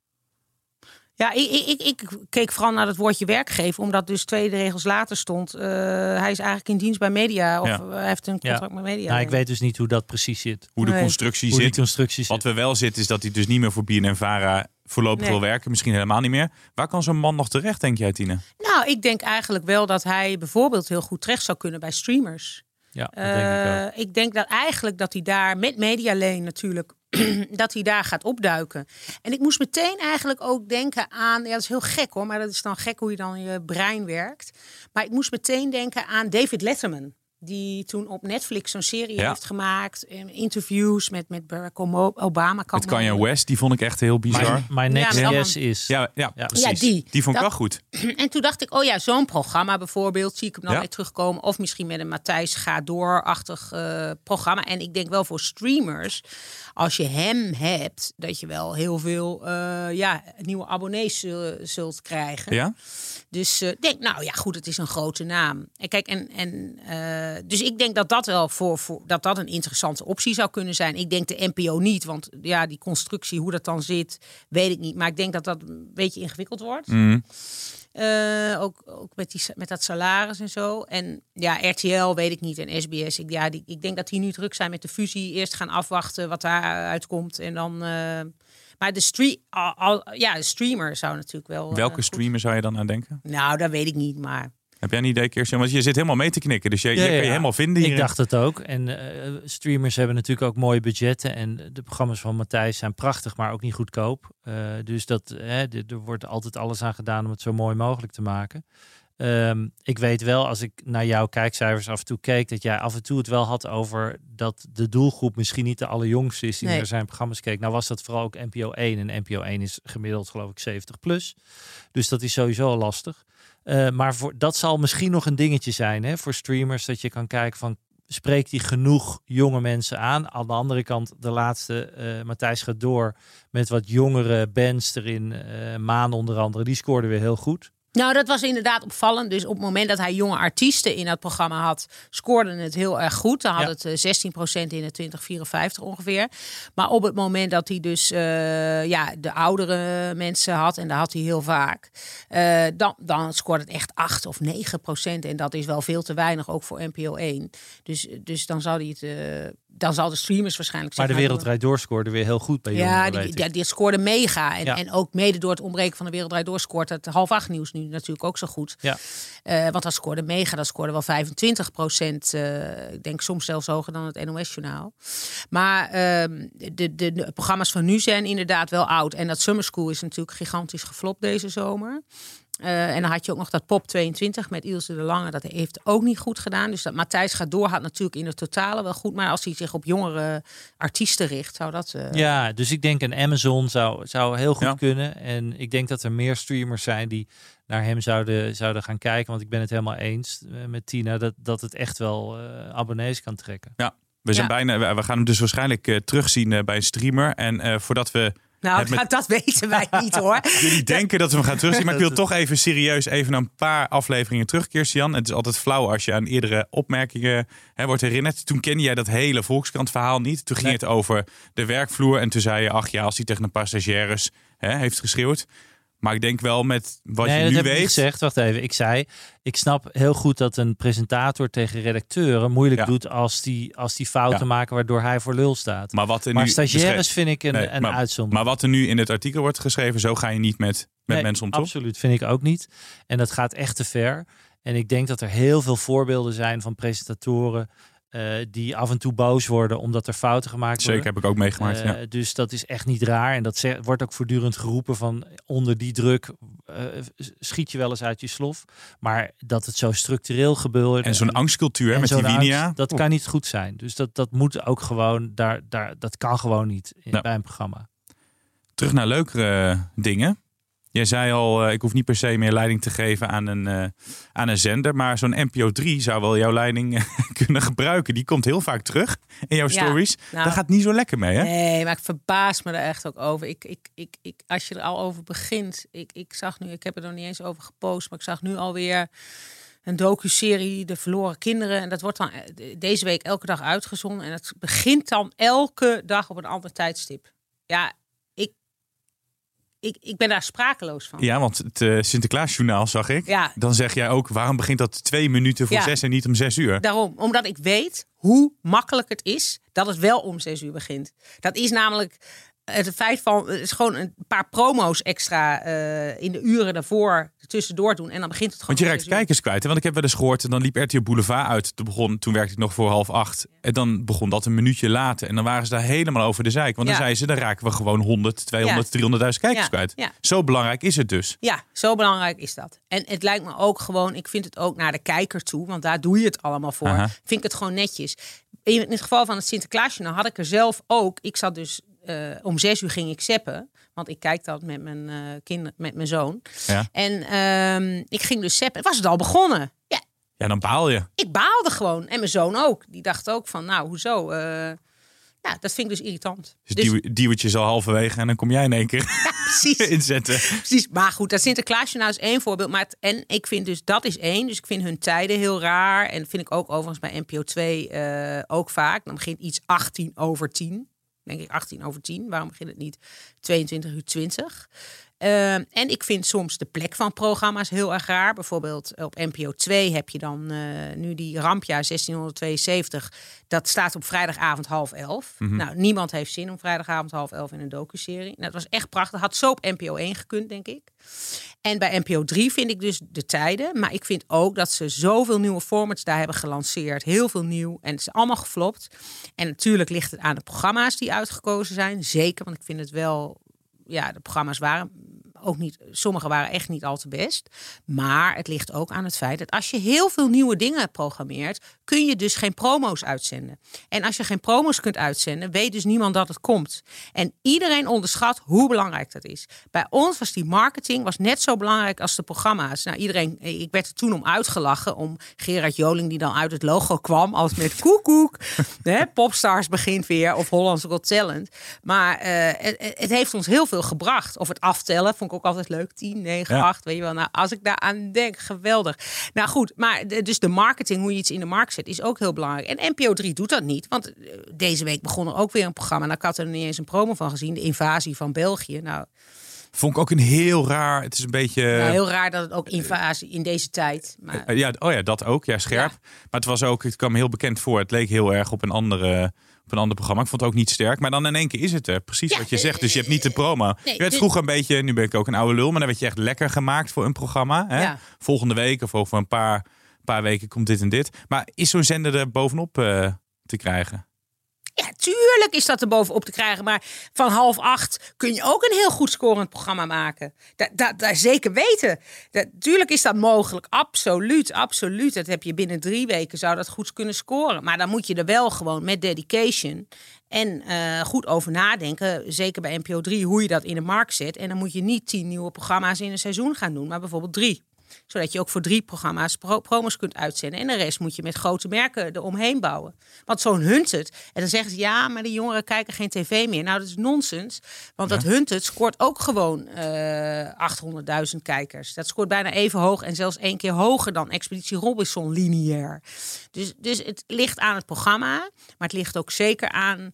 Ja, ik, ik, ik keek vooral naar het woordje werkgever, omdat dus twee regels later stond. Uh, hij is eigenlijk in dienst bij media, of ja. hij heeft een contract ja. met media. Nou, ik weet dus niet hoe dat precies zit. Hoe de nee. constructie hoe zit. Die constructie Wat zit. we wel zitten is dat hij dus niet meer voor B N N-Vara voorlopig nee. wil werken. Misschien helemaal niet meer. Waar kan zo'n man nog terecht, denk jij, Tine? Nou, ik denk eigenlijk wel dat hij bijvoorbeeld heel goed terecht zou kunnen bij streamers. Ja, dat uh, denk ik ook. Ik denk dat eigenlijk dat hij daar met Medialane natuurlijk dat hij daar gaat opduiken. En ik moest meteen eigenlijk ook denken aan, ja, dat is heel gek hoor, maar dat is dan gek hoe je dan in je brein werkt. Maar ik moest meteen denken aan David Letterman. Die toen op Netflix zo'n serie Ja. heeft gemaakt. Interviews met, met Barack Obama. Met Kanye West, die vond ik echt heel bizar. My, my next Ja, guess is... Ja, ja, Ja. precies. Ja, die. Die vond ik Dat- wel goed. En toen dacht ik, oh ja, zo'n programma bijvoorbeeld. Zie ik hem dan Ja. weer terugkomen. Of misschien met een Matthijs Gaat Door-achtig uh, programma. En ik denk wel voor streamers, als je hem hebt, dat je wel heel veel uh, ja, nieuwe abonnees uh, zult krijgen. Ja? Dus ik uh, denk, nou ja, goed, het is een grote naam. En kijk, en, en uh, dus ik denk dat dat wel voor, voor dat dat een interessante optie zou kunnen zijn. Ik denk de N P O niet, want ja, die constructie, hoe dat dan zit, weet ik niet. Maar ik denk dat dat een beetje ingewikkeld wordt. Mm. Uh, ook ook met, die, met dat salaris en zo. En ja, R T L weet ik niet. En S B S, ik, ja, die, ik denk dat die nu druk zijn met de fusie. Eerst gaan afwachten wat daaruit komt. En dan... Uh, maar de, stream, al, al, ja, de streamer zou natuurlijk wel... Welke uh, streamer zou je dan aan denken? Nou, dat weet ik niet, maar... Heb jij een idee, Kirsten? Want je zit helemaal mee te knikken. Dus je, Ja, je ja, kan je ja. helemaal vinden hier. Ik dacht het ook. En uh, streamers hebben natuurlijk ook mooie budgetten. En de programma's van Matthijs zijn prachtig, maar ook niet goedkoop. Uh, dus dat, hè, er wordt altijd alles aan gedaan om het zo mooi mogelijk te maken. Um, ik weet wel, als ik naar jouw kijkcijfers af en toe keek, dat jij af en toe het wel had over dat de doelgroep misschien niet de allerjongste is die Nee. naar zijn programma's keek. Nou was dat vooral ook N P O één. En N P O één is gemiddeld geloof ik zeventig plus. Dus dat is sowieso al lastig. Uh, maar voor, dat zal misschien nog een dingetje zijn, hè, voor streamers, dat je kan kijken van, spreekt die genoeg jonge mensen aan? Aan de andere kant, de laatste, uh, Matthijs Gaat Door, met wat jongere bands erin, uh, Maan onder andere, die scoorde weer heel goed. Nou, dat was inderdaad opvallend. Dus op het moment dat hij jonge artiesten in dat programma had, scoorde het heel erg goed. Dan had Ja. het uh, zestien procent in de twintig vierenvijftig ongeveer. Maar op het moment dat hij dus uh, ja, de oudere mensen had, en dat had hij heel vaak, uh, dan, dan scoorde het echt acht of negen procent. En dat is wel veel te weinig, ook voor N P O één. Dus, dus dan zou hij het... Uh, dan zal de streamers waarschijnlijk... Maar de zeggen, Wereld Draait Door scoorde weer heel goed bij jongeren, Ja, die, weet ik. ja, die scoorde mega. En, Ja. en ook mede door het ontbreken van de Wereld Draait Door scoort het half acht nieuws nu natuurlijk ook zo goed. Ja. Uh, want dat scoorde mega, dat scoorde wel vijfentwintig procent. Uh, ik denk soms zelfs hoger dan het N O S-journaal. Maar uh, de, de, de programma's van nu zijn inderdaad wel oud. En dat Summer School is natuurlijk gigantisch geflopt deze zomer. Uh, en dan had je ook nog dat Pop tweeëntwintig met Ilse de Lange. Dat heeft ook niet goed gedaan. Dus dat Matthijs Gaat Door had natuurlijk in het totale wel goed. Maar als hij zich op jongere artiesten richt, zou dat... Uh... Ja, dus ik denk een Amazon zou, zou heel goed Ja. kunnen. En ik denk dat er meer streamers zijn die naar hem zouden, zouden gaan kijken. Want ik ben het helemaal eens uh, met Tina dat, dat het echt wel uh, abonnees kan trekken. Ja, we zijn Ja. bijna. We we gaan hem dus waarschijnlijk uh, terugzien uh, bij een streamer. En uh, voordat we. Nou, het met- dat, dat weten wij niet hoor. Jullie denken dat we hem gaan terugzien. Maar ik wil toch even serieus even naar een paar afleveringen terug, Kirsten. Het is altijd flauw als je aan eerdere opmerkingen hè, wordt herinnerd. Toen kende jij dat hele Volkskrant verhaal niet. Toen ging Nee. het over de werkvloer. En toen zei je, ach ja, als hij tegen een paar stagiaires hè, heeft geschreeuwd. Maar ik denk wel met wat nee, je dat nu heb ik weet. niet gezegd. Wacht even. Ik zei, ik snap heel goed dat een presentator tegen redacteuren moeilijk Ja. doet als die, als die fouten Ja. maken waardoor hij voor lul staat. Maar, wat er Maar nu stagiaires beschreven- vind ik een, Nee, een maar, uitzondering. maar wat er nu in het artikel wordt geschreven, zo ga je niet met, met Nee, mensen om, toch? absoluut, vind ik ook niet. En dat gaat echt te ver. En ik denk dat er heel veel voorbeelden zijn van presentatoren uh, die af en toe boos worden omdat er fouten gemaakt Zeker, worden. heb ik ook meegemaakt. Uh, ja. Dus dat is echt niet raar. En dat ze- wordt ook voortdurend geroepen van onder die druk uh, schiet je wel eens uit je slof. Maar dat het zo structureel gebeurt. En zo'n angstcultuur hè, en met die zo'n Winia. angst, dat kan niet goed zijn. Dus dat, dat moet ook gewoon, daar, daar, dat kan gewoon niet in, Ja. bij een programma. Terug naar leukere dingen. Jij zei al, uh, ik hoef niet per se meer leiding te geven aan een, uh, aan een zender. Maar zo'n N P O drie zou wel jouw leiding uh, kunnen gebruiken. Die komt heel vaak terug in jouw Ja, stories. nou, Dat gaat niet zo lekker mee, hè? Nee, maar ik verbaas me er echt ook over. Ik, ik, ik, ik, als je er al over begint. Ik, ik zag nu, ik heb er nog niet eens over gepost. Maar ik zag nu alweer een docuserie, De Verloren Kinderen. En dat wordt dan eh, deze week elke dag uitgezonden. En het begint dan elke dag op een ander tijdstip. Ja, ik, ik, ik ben daar sprakeloos van. Ja, want het uh, Sinterklaasjournaal zag ik. Ja. Dan zeg jij ook, waarom begint dat twee minuten voor Ja. zes en niet om zes uur? Daarom, omdat ik weet hoe makkelijk het is dat het wel om zes uur begint. Dat is namelijk het feit van, het is gewoon een paar promo's extra uh, in de uren daarvoor tussendoor doen. En dan begint het gewoon. Want je raakt kijkers kwijt. Hè? Want ik heb wel eens gehoord, en dan liep R T L Boulevard uit. Toen, begon, toen werkte ik nog voor half acht. Ja. En dan begon dat een minuutje later. En dan waren ze daar helemaal over de zeik. Want dan ja. zeiden ze, dan raken we gewoon honderd, tweehonderd, ja. driehonderdduizend kijkers ja. kwijt. Ja. Zo belangrijk is het dus. Ja, zo belangrijk is dat. En het lijkt me ook gewoon, ik vind het ook naar de kijker toe. Want daar doe je het allemaal voor. Aha. Vind ik het gewoon netjes. In het geval van het Sinterklaasjournaal had ik er zelf ook. Ik zat dus uh, om zes uur ging ik zappen. Want ik kijk dat met mijn uh, kinderen, met mijn zoon. Ja. En um, ik ging dus zappen. Was het al begonnen? Ja. Ja, dan baal je. Ik baalde gewoon. En mijn zoon ook. Die dacht ook van, nou, hoezo? Uh, ja, dat vind ik dus irritant. Dus, dus duwtje is al halverwege en dan kom jij in één keer ja, precies. inzetten. Precies. Maar goed, dat Sinterklaasjournaal is één voorbeeld. Maar het, en ik vind dus, dat is één. Dus ik vind hun tijden heel raar. En dat vind ik ook overigens bij N P O twee uh, ook vaak. Dan begint iets achttien over tien. Denk ik achttien over tien. Waarom begint het niet tweeëntwintig uur twintig? Uh, en ik vind soms de plek van programma's heel erg raar. Bijvoorbeeld op N P O twee heb je dan uh, nu die Rampjaar zestienhonderdtweeënzeventig. Dat staat op vrijdagavond half elf. Mm-hmm. Nou, niemand heeft zin om vrijdagavond half elf in een docuserie. Nou, dat was echt prachtig. Had zo op N P O één gekund, denk ik. En bij N P O drie vind ik dus de tijden. Maar ik vind ook dat ze zoveel nieuwe formats daar hebben gelanceerd. Heel veel nieuw. En het is allemaal geflopt. En natuurlijk ligt het aan de programma's die uitgekozen zijn. Zeker, want ik vind het wel... Ja, de programma's waren ook niet... Sommige waren echt niet al te best. Maar het ligt ook aan het feit dat als je heel veel nieuwe dingen programmeert, kun je dus geen promo's uitzenden. En als je geen promo's kunt uitzenden, weet dus niemand dat het komt. En iedereen onderschat hoe belangrijk dat is. Bij ons was die marketing was net zo belangrijk als de programma's. Nou, iedereen... Ik werd er toen om uitgelachen, om Gerard Joling, die dan uit het logo kwam, als met koekoek. Hè, Popstars begint weer, of Holland's Got Talent. Maar uh, het, het heeft ons heel veel gebracht. Of het aftellen, vond ik ook altijd leuk. tien, negen, ja. acht, weet je wel. Nou, als ik daar aan denk, geweldig. Nou goed, maar de, dus de marketing, hoe je iets in de markt zet, is ook heel belangrijk. En N P O drie doet dat niet. Want uh, deze week begon er ook weer een programma. Nou, ik had er niet eens een promo van gezien. De invasie van België. Nou... Vond ik ook een heel raar... Het is een beetje... Nou, heel raar dat het ook invasie in deze tijd... Maar... Uh, ja, oh ja, dat ook. Ja, scherp. Ja. Maar het was ook... Het kwam me heel bekend voor. Het leek heel erg op een andere... Op een ander programma. Ik vond het ook niet sterk. Maar dan in één keer is het er. Precies ja, wat je zegt. Dus je hebt niet de promo. Nee, je werd dus... vroeger een beetje... Nu ben ik ook een oude lul. Maar dan werd je echt lekker gemaakt voor een programma. Hè? Ja. Volgende week of over een paar, paar weken komt dit en dit. Maar is zo'n zender er bovenop uh, te krijgen? Ja, tuurlijk is dat er bovenop te krijgen. Maar van half acht kun je ook een heel goed scorend programma maken. Dat, dat, dat zeker weten. Dat, tuurlijk is dat mogelijk. Absoluut, absoluut. Dat heb je binnen drie weken zou dat goed kunnen scoren. Maar dan moet je er wel gewoon met dedication en uh, goed over nadenken. Zeker bij N P O drie, hoe je dat in de markt zet. En dan moet je niet tien nieuwe programma's in een seizoen gaan doen. Maar bijvoorbeeld drie. Zodat je ook voor drie programma's pro- promos kunt uitzenden. En de rest moet je met grote merken eromheen bouwen. Want zo'n Hunted. En dan zeggen ze, ja, maar de jongeren kijken geen tv meer. Nou, dat is nonsens. Want ja. dat Hunted scoort ook gewoon uh, achthonderdduizend kijkers. Dat scoort bijna even hoog. En zelfs één keer hoger dan Expeditie Robinson lineair. Dus, dus het ligt aan het programma. Maar het ligt ook zeker aan...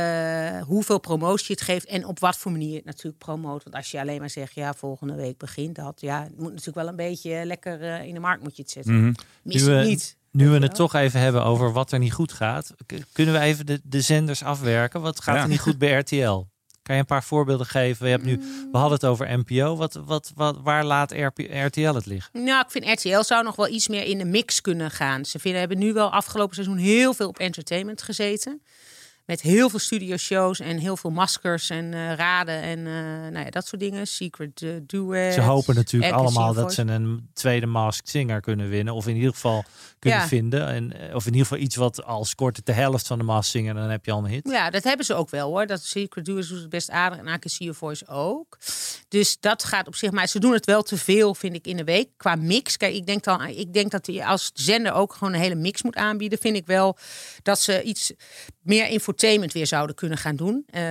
Uh, hoeveel promotie je het geeft en op wat voor manier je het natuurlijk promoot. Want als je alleen maar zegt, ja, volgende week begint dat. Ja, het moet natuurlijk wel een beetje lekker uh, in de markt moet je het zetten. Mm-hmm. Mis nu, het uh, niet. Nu we het toch even hebben over wat er niet goed gaat. K- kunnen we even de, de zenders afwerken? Wat gaat ja. er niet goed bij R T L? Kan je een paar voorbeelden geven? We, hebben nu, we hadden het over N P O. Wat, wat, wat, waar laat R T L het liggen? Nou, ik vind R T L zou nog wel iets meer in de mix kunnen gaan. Ze vinden, hebben nu wel afgelopen seizoen heel veel op entertainment gezeten. Met heel veel studioshows en heel veel maskers en uh, raden en uh, nou ja, dat soort dingen. Secret uh, Duet. Ze hopen natuurlijk allemaal dat ze een tweede Masked Singer kunnen winnen. Of in ieder geval kunnen ja. vinden. En, of in ieder geval iets wat al scoort de helft van de Masked Singer. Dan heb je al een hit. Ja, dat hebben ze ook wel hoor. Dat Secret Duet doet het best aardig. En I Can See Your Voice ook. Dus dat gaat op zich. Maar ze doen het wel te veel, vind ik, in de week. Qua mix. Kijk, ik denk, dan, ik denk dat je als zender ook gewoon een hele mix moet aanbieden. Vind ik wel dat ze iets meer infotainment weer zouden kunnen gaan doen. Uh,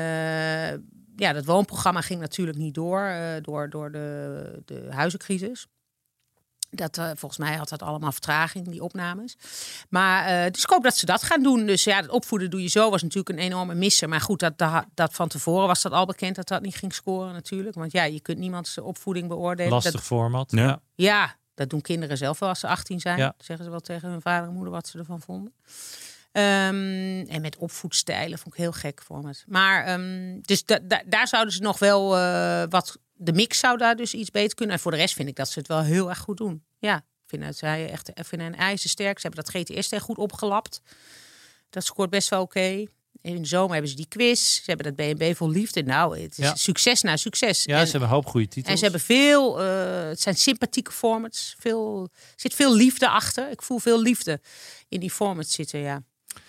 ja, dat woonprogramma ging natuurlijk niet door. Uh, door, door de, de huizencrisis. Dat, uh, volgens mij had dat allemaal vertraging, die opnames. Maar uh, dus ik hoop dat ze dat gaan doen. Dus ja, het opvoeden doe je zo was natuurlijk een enorme misser. Maar goed, dat, dat, dat van tevoren was dat al bekend dat dat niet ging scoren natuurlijk. Want ja, je kunt niemands opvoeding beoordelen. Lastig dat, format. Ja. ja, dat doen kinderen zelf wel als ze achttien zijn. Ja. Zeggen ze wel tegen hun vader en moeder wat ze ervan vonden. Um, en met opvoedstijlen vond ik heel gek voor me. Maar um, dus da- da- daar zouden ze nog wel uh, wat... De mix zou daar dus iets beter kunnen. En voor de rest vind ik dat ze het wel heel erg goed doen. Ja, ik vind dat zij echt vind hen ijzersterk. Ze hebben dat G T S goed opgelapt. Dat scoort best wel oké. Okay. In de zomer hebben ze die quiz. Ze hebben dat B en B vol liefde. Nou, het is ja. succes na succes. Ja, en, ze hebben een hoop goede titels. En ze hebben veel... Uh, het zijn sympathieke formats. Veel, er zit veel liefde achter. Ik voel veel liefde in die formats zitten, ja.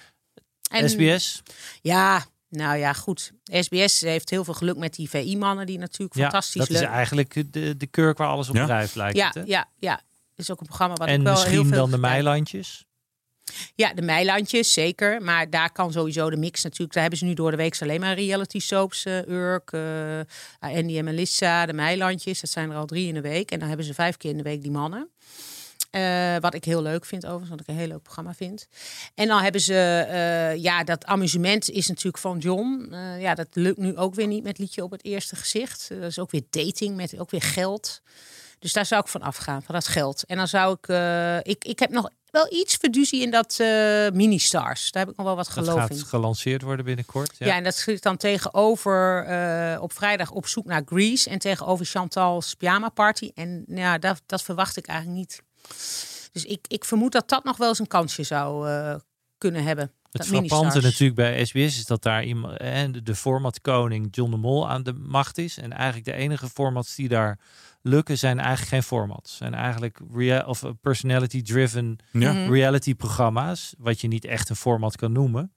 En, S B S? Ja, nou ja, goed. S B S heeft heel veel geluk met die V I-mannen die natuurlijk ja, fantastisch leuk. Dat is eigenlijk de, de kurk waar alles op ja? drijft, lijkt ja, het. Hè? Ja, ja. Het is ook een programma wat en ik wel misschien heel veel dan de gekijk. Meilandjes? Ja, de Meilandjes, zeker. Maar daar kan sowieso de mix natuurlijk... Daar hebben ze nu door de week alleen maar reality soaps. Uh, Urk, uh, Andy en Melissa, de Meilandjes. Dat zijn er al drie in de week. En dan hebben ze vijf keer in de week die mannen. Uh, wat ik heel leuk vind overigens, wat ik een heel leuk programma vind. En dan hebben ze, uh, ja, dat amusement is natuurlijk van John. Uh, ja, dat lukt nu ook weer niet met Liedje op het eerste gezicht. Uh, dat is ook weer dating met ook weer geld. Dus daar zou ik van afgaan, van dat geld. En dan zou ik, uh, ik, ik heb nog wel iets verduzie in dat uh, Mini-Stars. Daar heb ik nog wel wat geloof in. Dat gaat gelanceerd worden binnenkort. Ja, ja en dat zit dan tegenover uh, op vrijdag op zoek naar Grease en tegenover Chantal's Pyjama Party. En ja, dat, dat verwacht ik eigenlijk niet. Dus ik, ik vermoed dat dat nog wel eens een kansje zou uh, kunnen hebben. Het frappante natuurlijk bij S B S is dat daar iemand, de, de formatkoning John de Mol aan de macht is. En eigenlijk de enige formats die daar lukken zijn eigenlijk geen formats. Zijn eigenlijk rea- of personality-driven ja. reality-programma's. Wat je niet echt een format kan noemen.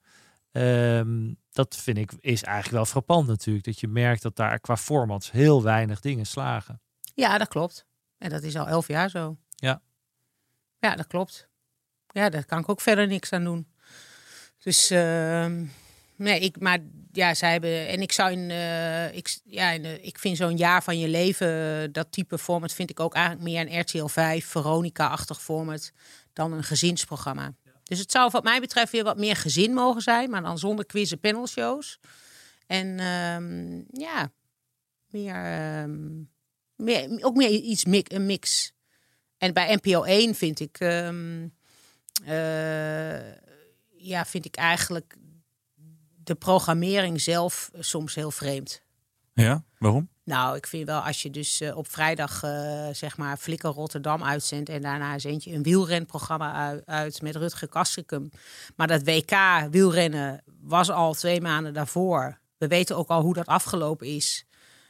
Um, dat vind ik is eigenlijk wel frappant natuurlijk. Dat je merkt dat daar qua formats heel weinig dingen slagen. Ja, dat klopt. En dat is al elf jaar zo. Ja. Ja, dat klopt. Ja, daar kan ik ook verder niks aan doen. Dus uh, nee, ik, maar ja, zij hebben en ik zou in, uh, ik, ja, in, uh, ik vind zo'n jaar van je leven, uh, dat type format vind ik ook eigenlijk meer een R T L vijf, Veronica-achtig format dan een gezinsprogramma. Ja. Dus het zou wat mij betreft weer wat meer gezin mogen zijn, maar dan zonder quiz en panelshows. En um, ja, meer, um, meer, ook meer iets mix, een mix. En bij N P O één vind ik, um, uh, ja, vind ik eigenlijk de programmering zelf soms heel vreemd. Ja, waarom? Nou, ik vind wel als je dus uh, op vrijdag uh, zeg maar Flikker Rotterdam uitzendt en daarna zend je een wielrenprogramma uit, uit met Rutger Kastrikum. Maar dat W K wielrennen was al twee maanden daarvoor. We weten ook al hoe dat afgelopen is.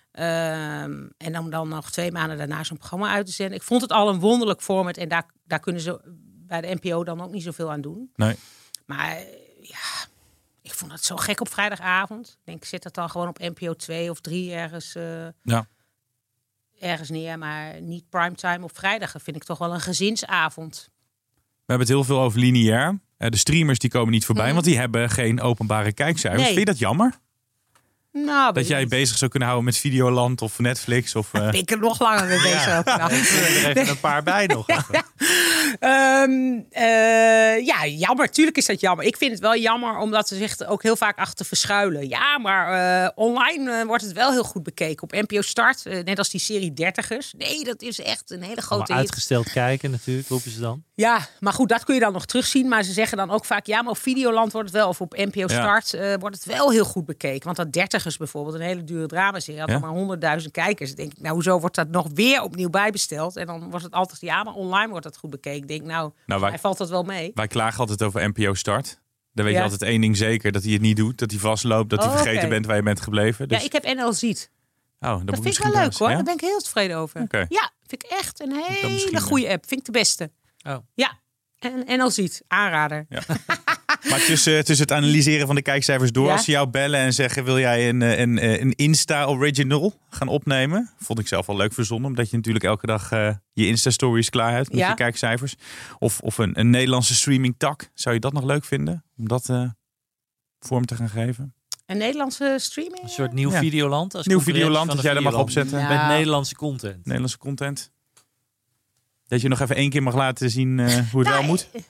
Um, en om dan nog twee maanden daarna zo'n programma uit te zenden. Ik vond het al een wonderlijk format en daar, daar kunnen ze bij de N P O dan ook niet zoveel aan doen. Nee. Maar ja, ik vond het zo gek op vrijdagavond. Ik denk, ik zet dat dan gewoon op N P O twee of drie ergens, uh, ja. ergens neer. Maar niet primetime op vrijdag. Dat vind ik toch wel een gezinsavond. We hebben het heel veel over lineair. Uh, de streamers die komen niet voorbij, hmm. want die hebben geen openbare kijkcijfers. Nee. Vind je dat jammer? Nou, dat jij je bezig zou kunnen houden met Videoland of Netflix? Of, uh... Ik ben er nog langer mee bezig. Ja. Nou, er even een paar bij nog. Ja, ja. Um, uh, ja, jammer. Tuurlijk is dat jammer. Ik vind het wel jammer omdat ze zich er ook heel vaak achter verschuilen. Ja, maar uh, online uh, wordt het wel heel goed bekeken. Op N P O Start, uh, net als die serie dertigers. Nee, dat is echt een hele grote hit. Uitgesteld kijken natuurlijk, roepen ze dan. Ja, maar goed, dat kun je dan nog terugzien. Maar ze zeggen dan ook vaak, ja, maar op Videoland wordt het wel, of op N P O Start ja. uh, wordt het wel heel goed bekeken. Want dat dertigers bijvoorbeeld, een hele dure dramaserie, had ja? maar honderdduizend kijkers. Dan denk ik, nou, hoezo wordt dat nog weer opnieuw bijbesteld? En dan wordt het altijd, ja, maar online wordt dat goed bekeken. Ik denk, nou, nou wij, hij valt dat wel mee. Wij klagen altijd over N P O Start. Dan weet ja. je altijd één ding zeker, dat hij het niet doet. Dat hij vastloopt, dat hij oh, vergeten okay. bent waar je bent gebleven. Dus... Ja, ik heb N L Ziet. Oh, dat dat vind ik wel leuk eens, hoor. Ja? Daar ben ik heel tevreden over. Okay. Ja, vind ik echt een hele goede app. Vind ik de beste. Oh. Ja, en N L Ziet. Aanrader. Ja. Maar tussen, tussen het analyseren van de kijkcijfers door, ja? als ze jou bellen en zeggen, wil jij een, een, een Insta-original gaan opnemen? Vond ik zelf wel leuk verzonnen, omdat je natuurlijk elke dag uh, je Insta-stories klaar hebt met ja? je kijkcijfers. Of, of een, een Nederlandse streaming-tak. Zou je dat nog leuk vinden, om dat uh, vorm te gaan geven? Een Nederlandse streaming? Een soort nieuw ja. Videoland. Als nieuw Videoland, dat jij dat mag opzetten. Ja. Met Nederlandse content. Nederlandse content. Dat je nog even één keer mag laten zien uh, hoe het nou, wel moet.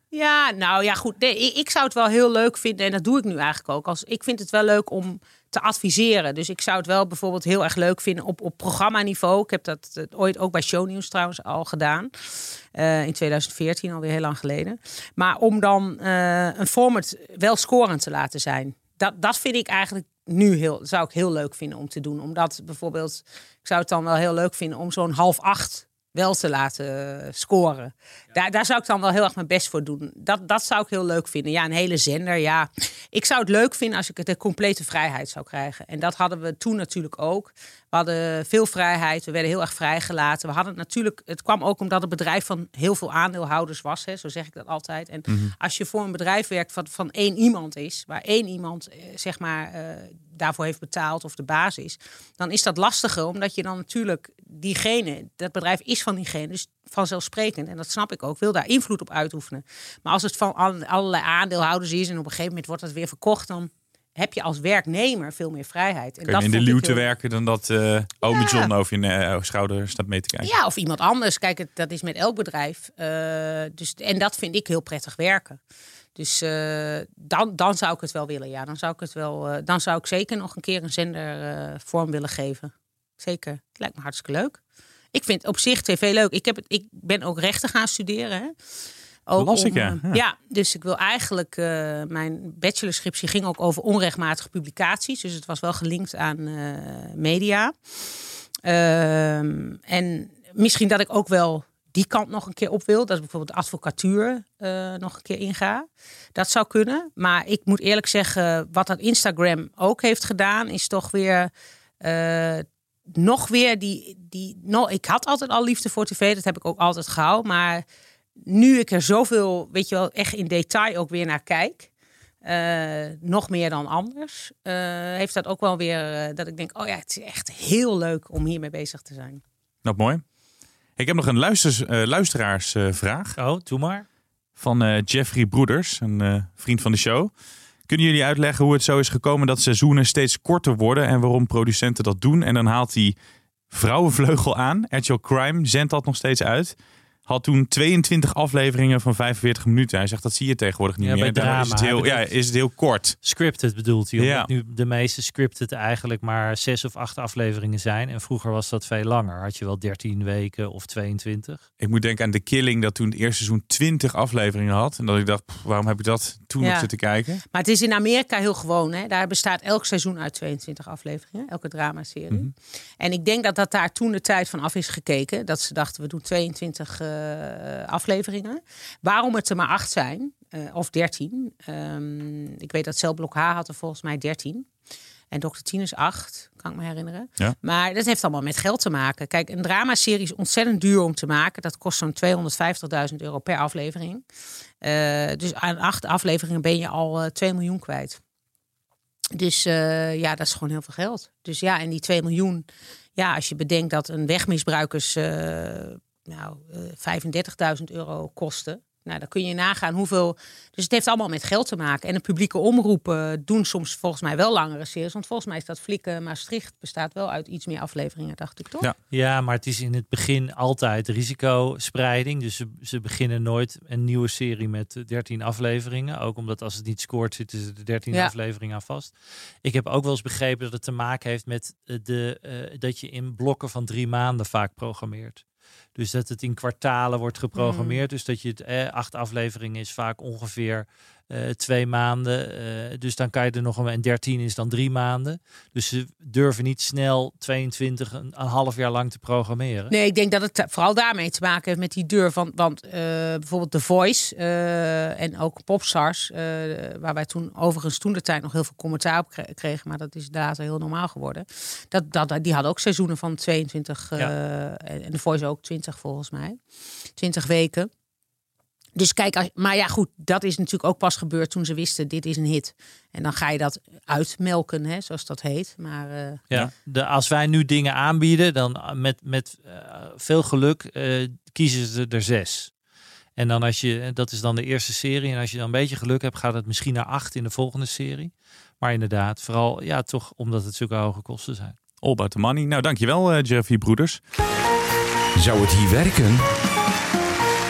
Ja, nou ja, goed. Nee, ik, ik zou het wel heel leuk vinden. En dat doe ik nu eigenlijk ook. Als, ik vind het wel leuk om te adviseren. Dus ik zou het wel bijvoorbeeld heel erg leuk vinden op, op programmaniveau. Ik heb dat uh, ooit ook bij Shownieuws trouwens al gedaan. Uh, in tweeduizend veertien, alweer heel lang geleden. Maar om dan uh, een format wel scorend te laten zijn. Dat, dat vind ik eigenlijk nu heel, zou ik heel leuk vinden om te doen. Omdat bijvoorbeeld, ik zou het dan wel heel leuk vinden om zo'n half acht wel te laten scoren. Daar, daar zou ik dan wel heel erg mijn best voor doen. Dat, dat zou ik heel leuk vinden. Ja, een hele zender, ja. Ik zou het leuk vinden als ik het de complete vrijheid zou krijgen. En dat hadden we toen natuurlijk ook. We hadden veel vrijheid. We werden heel erg vrijgelaten. We hadden natuurlijk, het kwam ook omdat het bedrijf van heel veel aandeelhouders was. Hè, zo zeg ik dat altijd. En mm-hmm. als je voor een bedrijf werkt van, van één iemand is, waar één iemand zeg maar uh, daarvoor heeft betaald of de baas is, dan is dat lastiger, omdat je dan natuurlijk diegene, dat bedrijf is van diegene, dus vanzelfsprekend, en dat snap ik ook, wil daar invloed op uitoefenen. Maar als het van allerlei aandeelhouders is en op een gegeven moment wordt dat weer verkocht, dan heb je als werknemer veel meer vrijheid. En kun dat je in de luwte heel... werken dan dat uh, ome ja. John over je uh, schouder staat mee te kijken. Ja, of iemand anders. Kijk, het, dat is met elk bedrijf. Uh, dus, en dat vind ik heel prettig werken. Dus uh, dan, dan zou ik het wel willen. Ja, dan zou ik het wel. Uh, dan zou ik zeker nog een keer een zender uh, vorm willen geven. Zeker. Het lijkt me hartstikke leuk. Ik vind op zich tv leuk. Ik, heb het, ik ben ook rechten gaan studeren. Hè. Ook Las ik, om, ja. ja. Ja, dus ik wil eigenlijk... Uh, mijn bachelorscriptie ging ook over onrechtmatige publicaties. Dus het was wel gelinkt aan uh, media. Uh, en misschien dat ik ook wel die kant nog een keer op wil. Dat ik bijvoorbeeld de advocatuur uh, nog een keer inga. Dat zou kunnen. Maar ik moet eerlijk zeggen, wat dat Instagram ook heeft gedaan, is toch weer... Uh, nog weer die... die no, ik had altijd al liefde voor tv. Dat heb ik ook altijd gehouden. Maar nu ik er zoveel, weet je wel, echt in detail ook weer naar kijk, uh, nog meer dan anders, uh, heeft dat ook wel weer uh, dat ik denk, oh ja, het is echt heel leuk om hiermee bezig te zijn. Nou, mooi. Ik heb nog een luisters, uh, luisteraarsvraag. Uh, oh, doe maar. Van uh, Jeffrey Broeders, een uh, vriend van de show. Kunnen jullie uitleggen hoe het zo is gekomen dat seizoenen steeds korter worden en waarom producenten dat doen? En dan haalt hij Vrouwenvleugel aan. R T L Crime zendt dat nog steeds uit. Had toen tweeëntwintig afleveringen van vijfenveertig minuten. Hij zegt, dat zie je tegenwoordig niet ja, meer. Bij drama, is het heel, ja, is het heel kort. Scripted bedoelt hij. Ja. Nu de meeste scripted eigenlijk maar zes of acht afleveringen zijn. En vroeger was dat veel langer. Had je wel dertien weken of tweeëntwintig. Ik moet denken aan The Killing, dat toen het eerste seizoen twintig afleveringen had. En dat ik dacht, pff, waarom heb ik dat toen ja. nog zitten kijken? Maar het is in Amerika heel gewoon. Hè? Daar bestaat elk seizoen uit tweeëntwintig afleveringen. Elke dramaserie. Mm-hmm. En ik denk dat dat daar toen de tijd van af is gekeken. Dat ze dachten, we doen tweeëntwintig uh, afleveringen. Waarom het er maar acht zijn, uh, of dertien. Um, ik weet dat Celblok H had er volgens mij dertien. En dokter Tien is acht, kan ik me herinneren. Ja. Maar dat heeft allemaal met geld te maken. Kijk, een dramaserie is ontzettend duur om te maken. Dat kost zo'n tweehonderdvijftigduizend euro per aflevering. Uh, dus aan acht afleveringen ben je al uh, twee miljoen kwijt. Dus uh, ja, dat is gewoon heel veel geld. Dus ja, en die twee miljoen... Ja, als je bedenkt dat een wegmisbruikers uh, nou, uh, vijfendertigduizend euro kosten. Nou, dan kun je nagaan hoeveel... Dus het heeft allemaal met geld te maken. En de publieke omroepen doen soms volgens mij wel langere series. Want volgens mij is dat Flikken Maastricht bestaat wel uit iets meer afleveringen, dacht ik, toch? Ja, ja, maar het is in het begin altijd risicospreiding. Dus ze, ze beginnen nooit een nieuwe serie met dertien afleveringen. Ook omdat als het niet scoort, zitten ze de dertien ja. afleveringen aan vast. Ik heb ook wel eens begrepen dat het te maken heeft met de, uh, dat je in blokken van drie maanden vaak programmeert. Dus dat het in kwartalen wordt geprogrammeerd. Mm. Dus dat je het eh, acht afleveringen is vaak ongeveer uh, twee maanden. Uh, dus dan kan je er nog een... En dertien is dan drie maanden. Dus ze durven niet snel tweeëntwintig een, een half jaar lang te programmeren. Nee, ik denk dat het vooral daarmee te maken heeft met die durf. Want, want uh, bijvoorbeeld The Voice uh, en ook Popstars... Uh, waar wij toen overigens toen de tijd nog heel veel commentaar op kregen... maar dat is later heel normaal geworden. Dat, dat, die hadden ook seizoenen van tweeëntwintig... Uh, ja. En The Voice ook twintig volgens mij. twintig weken. Dus kijk, als, maar ja goed, dat is natuurlijk ook pas gebeurd toen ze wisten, dit is een hit. En dan ga je dat uitmelken, hè, zoals dat heet. Maar, uh, ja, ja. De, als wij nu dingen aanbieden, dan met, met uh, veel geluk uh, kiezen ze er zes. En dan als je, dat is dan de eerste serie. En als je dan een beetje geluk hebt, gaat het misschien naar acht in de volgende serie. Maar inderdaad, vooral ja, toch omdat het zulke hoge kosten zijn. All about the money. Nou, dankjewel uh, Jeffrey Broeders. Zou het hier werken?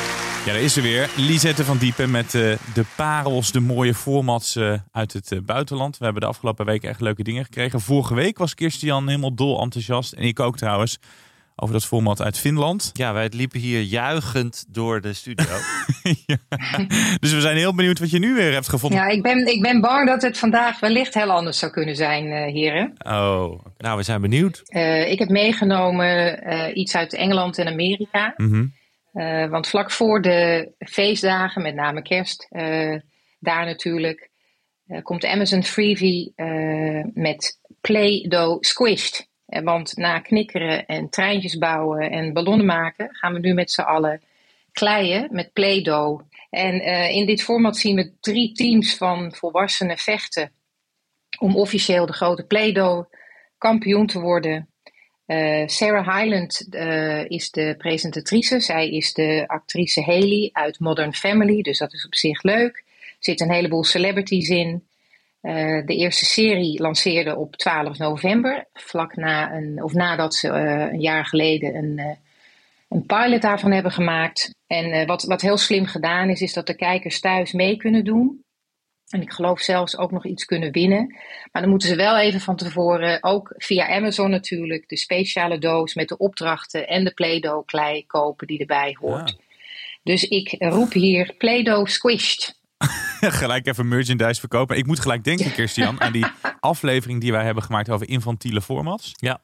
Ja, daar is ze weer. Lisette van Diepen met uh, de parels, de mooie formats uh, uit het uh, buitenland. We hebben de afgelopen weken echt leuke dingen gekregen. Vorige week was Kirstian helemaal dol enthousiast. En ik ook trouwens. Over dat format uit Finland. Ja, wij liepen hier juichend door de studio. ja. Dus we zijn heel benieuwd wat je nu weer hebt gevonden. Ja, ik ben, ik ben bang dat het vandaag wellicht heel anders zou kunnen zijn, uh, heren. Oh, okay. Nou, we zijn benieuwd. Uh, ik heb meegenomen uh, iets uit Engeland en Amerika. Mm-hmm. Uh, want vlak voor de feestdagen, met name kerst, uh, daar natuurlijk, uh, komt Amazon Freevee uh, met Play-Doh Squished. Want na knikkeren en treintjes bouwen en ballonnen maken, gaan we nu met z'n allen kleien met Play-Doh. En uh, in dit format zien we drie teams van volwassenen vechten om officieel de grote Play-Doh kampioen te worden. Uh, Sarah Hyland uh, is de presentatrice. Zij is de actrice Haley uit Modern Family, dus dat is op zich leuk. Er zitten een heleboel celebrities in. Uh, de eerste serie lanceerde op twaalf november, vlak na een, of nadat ze uh, een jaar geleden een, uh, een pilot daarvan hebben gemaakt. En uh, wat, wat heel slim gedaan is, is dat de kijkers thuis mee kunnen doen. En ik geloof zelfs ook nog iets kunnen winnen. Maar dan moeten ze wel even van tevoren, ook via Amazon natuurlijk, de speciale doos met de opdrachten en de Play-Doh klei kopen die erbij hoort. Ja. Dus ik roep hier Play-Doh Squished. Gelijk even merchandise verkopen. Ik moet gelijk denken, Kirstian, aan die aflevering die wij hebben gemaakt over infantiele formats. Ja.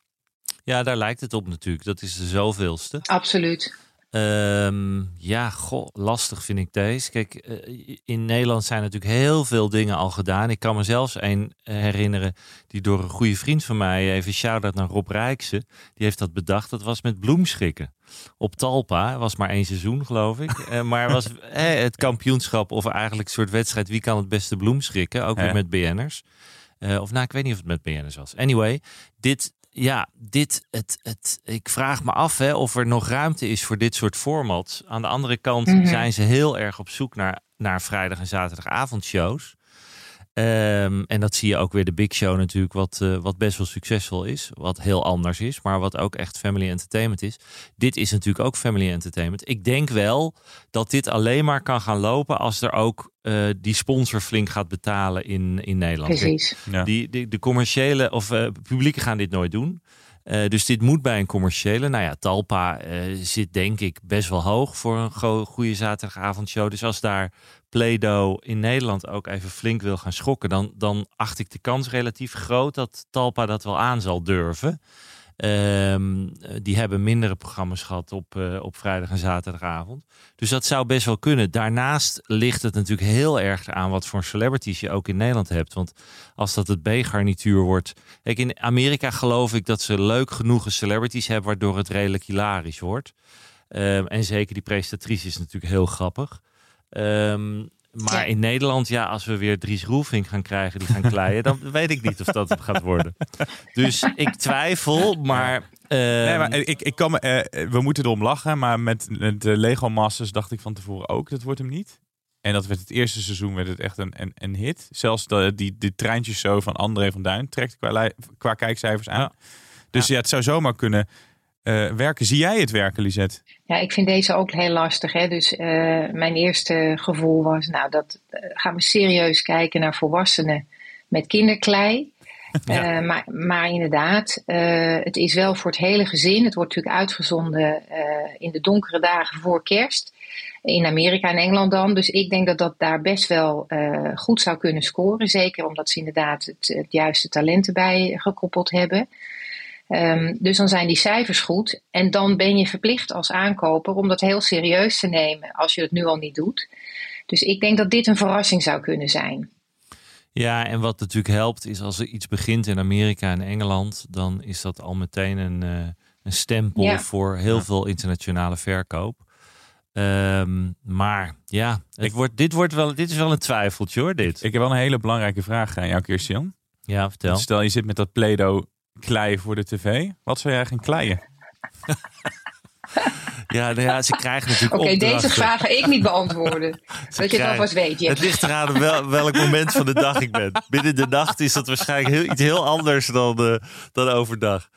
Ja, daar lijkt het op natuurlijk. Dat is de zoveelste. Absoluut. Um, ja, goh, lastig vind ik deze. Kijk, uh, in Nederland zijn natuurlijk heel veel dingen al gedaan. Ik kan me zelfs een herinneren die door een goede vriend van mij, even shout-out naar Rob Rijksen, die heeft dat bedacht. Dat was met bloemschikken. Op Talpa, was maar één seizoen geloof ik. uh, maar was eh, het kampioenschap of eigenlijk een soort wedstrijd wie kan het beste bloemschikken. Ook ja. weer met B N'ers. Uh, of nou, ik weet niet of het met B N'ers was. Anyway, dit... Ja, dit, het, het, ik vraag me af hè, of er nog ruimte is voor dit soort formats. Aan de andere kant mm-hmm. zijn ze heel erg op zoek naar, naar vrijdag- en zaterdagavondshows. Um, en dat zie je ook weer de Big Show natuurlijk, wat, uh, wat best wel succesvol is. Wat heel anders is, maar wat ook echt family entertainment is. Dit is natuurlijk ook family entertainment. Ik denk wel dat dit alleen maar kan gaan lopen als er ook uh, die sponsor flink gaat betalen in, in Nederland. Precies. Ja. Die, die, de commerciële of uh, publieken gaan dit nooit doen. Uh, dus dit moet bij een commerciële. Nou ja, Talpa uh, zit denk ik best wel hoog voor een go- goede zaterdagavondshow. Dus als daar Play-Doh in Nederland ook even flink wil gaan schokken, dan, dan acht ik de kans relatief groot dat Talpa dat wel aan zal durven. Um, die hebben mindere programma's gehad op, uh, op vrijdag en zaterdagavond. Dus dat zou best wel kunnen. Daarnaast ligt het natuurlijk heel erg aan wat voor celebrities je ook in Nederland hebt. Want als dat het B-garnituur wordt. Kijk, in Amerika geloof ik dat ze leuk genoeg celebrities hebben waardoor het redelijk hilarisch wordt. Um, en zeker die presentatrice is natuurlijk heel grappig. Um, Maar ja. in Nederland, ja, als we weer Dries Roelvink gaan krijgen die gaan kleien, dan weet ik niet of dat het gaat worden. Dus ik twijfel, maar... Uh... Nee, maar ik, ik kan me, uh, we moeten erom lachen, maar met de Lego Masters dacht ik van tevoren ook, dat wordt hem niet. En dat werd het eerste seizoen werd het echt een, een, een hit. Zelfs de, die, die treintjes zo van André van Duin trekt qua, qua kijkcijfers aan. Ja. Dus ja. ja, het zou zomaar kunnen uh, werken. Zie jij het werken, Lisette? Ja, ik vind deze ook heel lastig. Hè? Dus uh, mijn eerste gevoel was, nou, dat uh, gaan we serieus kijken naar volwassenen met kinderklei. Ja. Uh, maar, maar inderdaad, uh, het is wel voor het hele gezin. Het wordt natuurlijk uitgezonden uh, in de donkere dagen voor kerst. In Amerika en Engeland dan. Dus ik denk dat dat daar best wel uh, goed zou kunnen scoren. Zeker omdat ze inderdaad het, het juiste talent erbij gekoppeld hebben. Um, dus dan zijn die cijfers goed. En dan ben je verplicht als aankoper om dat heel serieus te nemen als je het nu al niet doet. Dus ik denk dat dit een verrassing zou kunnen zijn. Ja, en wat natuurlijk helpt is als er iets begint in Amerika en Engeland, dan is dat al meteen een, uh, een stempel ja. voor heel ja. veel internationale verkoop. Um, maar ja, het wordt, dit, wordt wel, dit is wel een twijfeltje hoor. Dit. Ik, ik heb wel een hele belangrijke vraag aan jou, Kirstian. Ja, vertel. Stel je zit met dat Play-Doh klei voor de tv. Wat zou jij gaan kleien? Ja, nou ja, ze krijgen natuurlijk Oké, okay, opdrachten. Deze vraag ga ik niet beantwoorden. dat krijgen, je het alvast weet. Ja. Het ligt eraan wel, welk moment van de dag ik ben. Binnen de nacht is dat waarschijnlijk heel, iets heel anders dan, uh, dan overdag.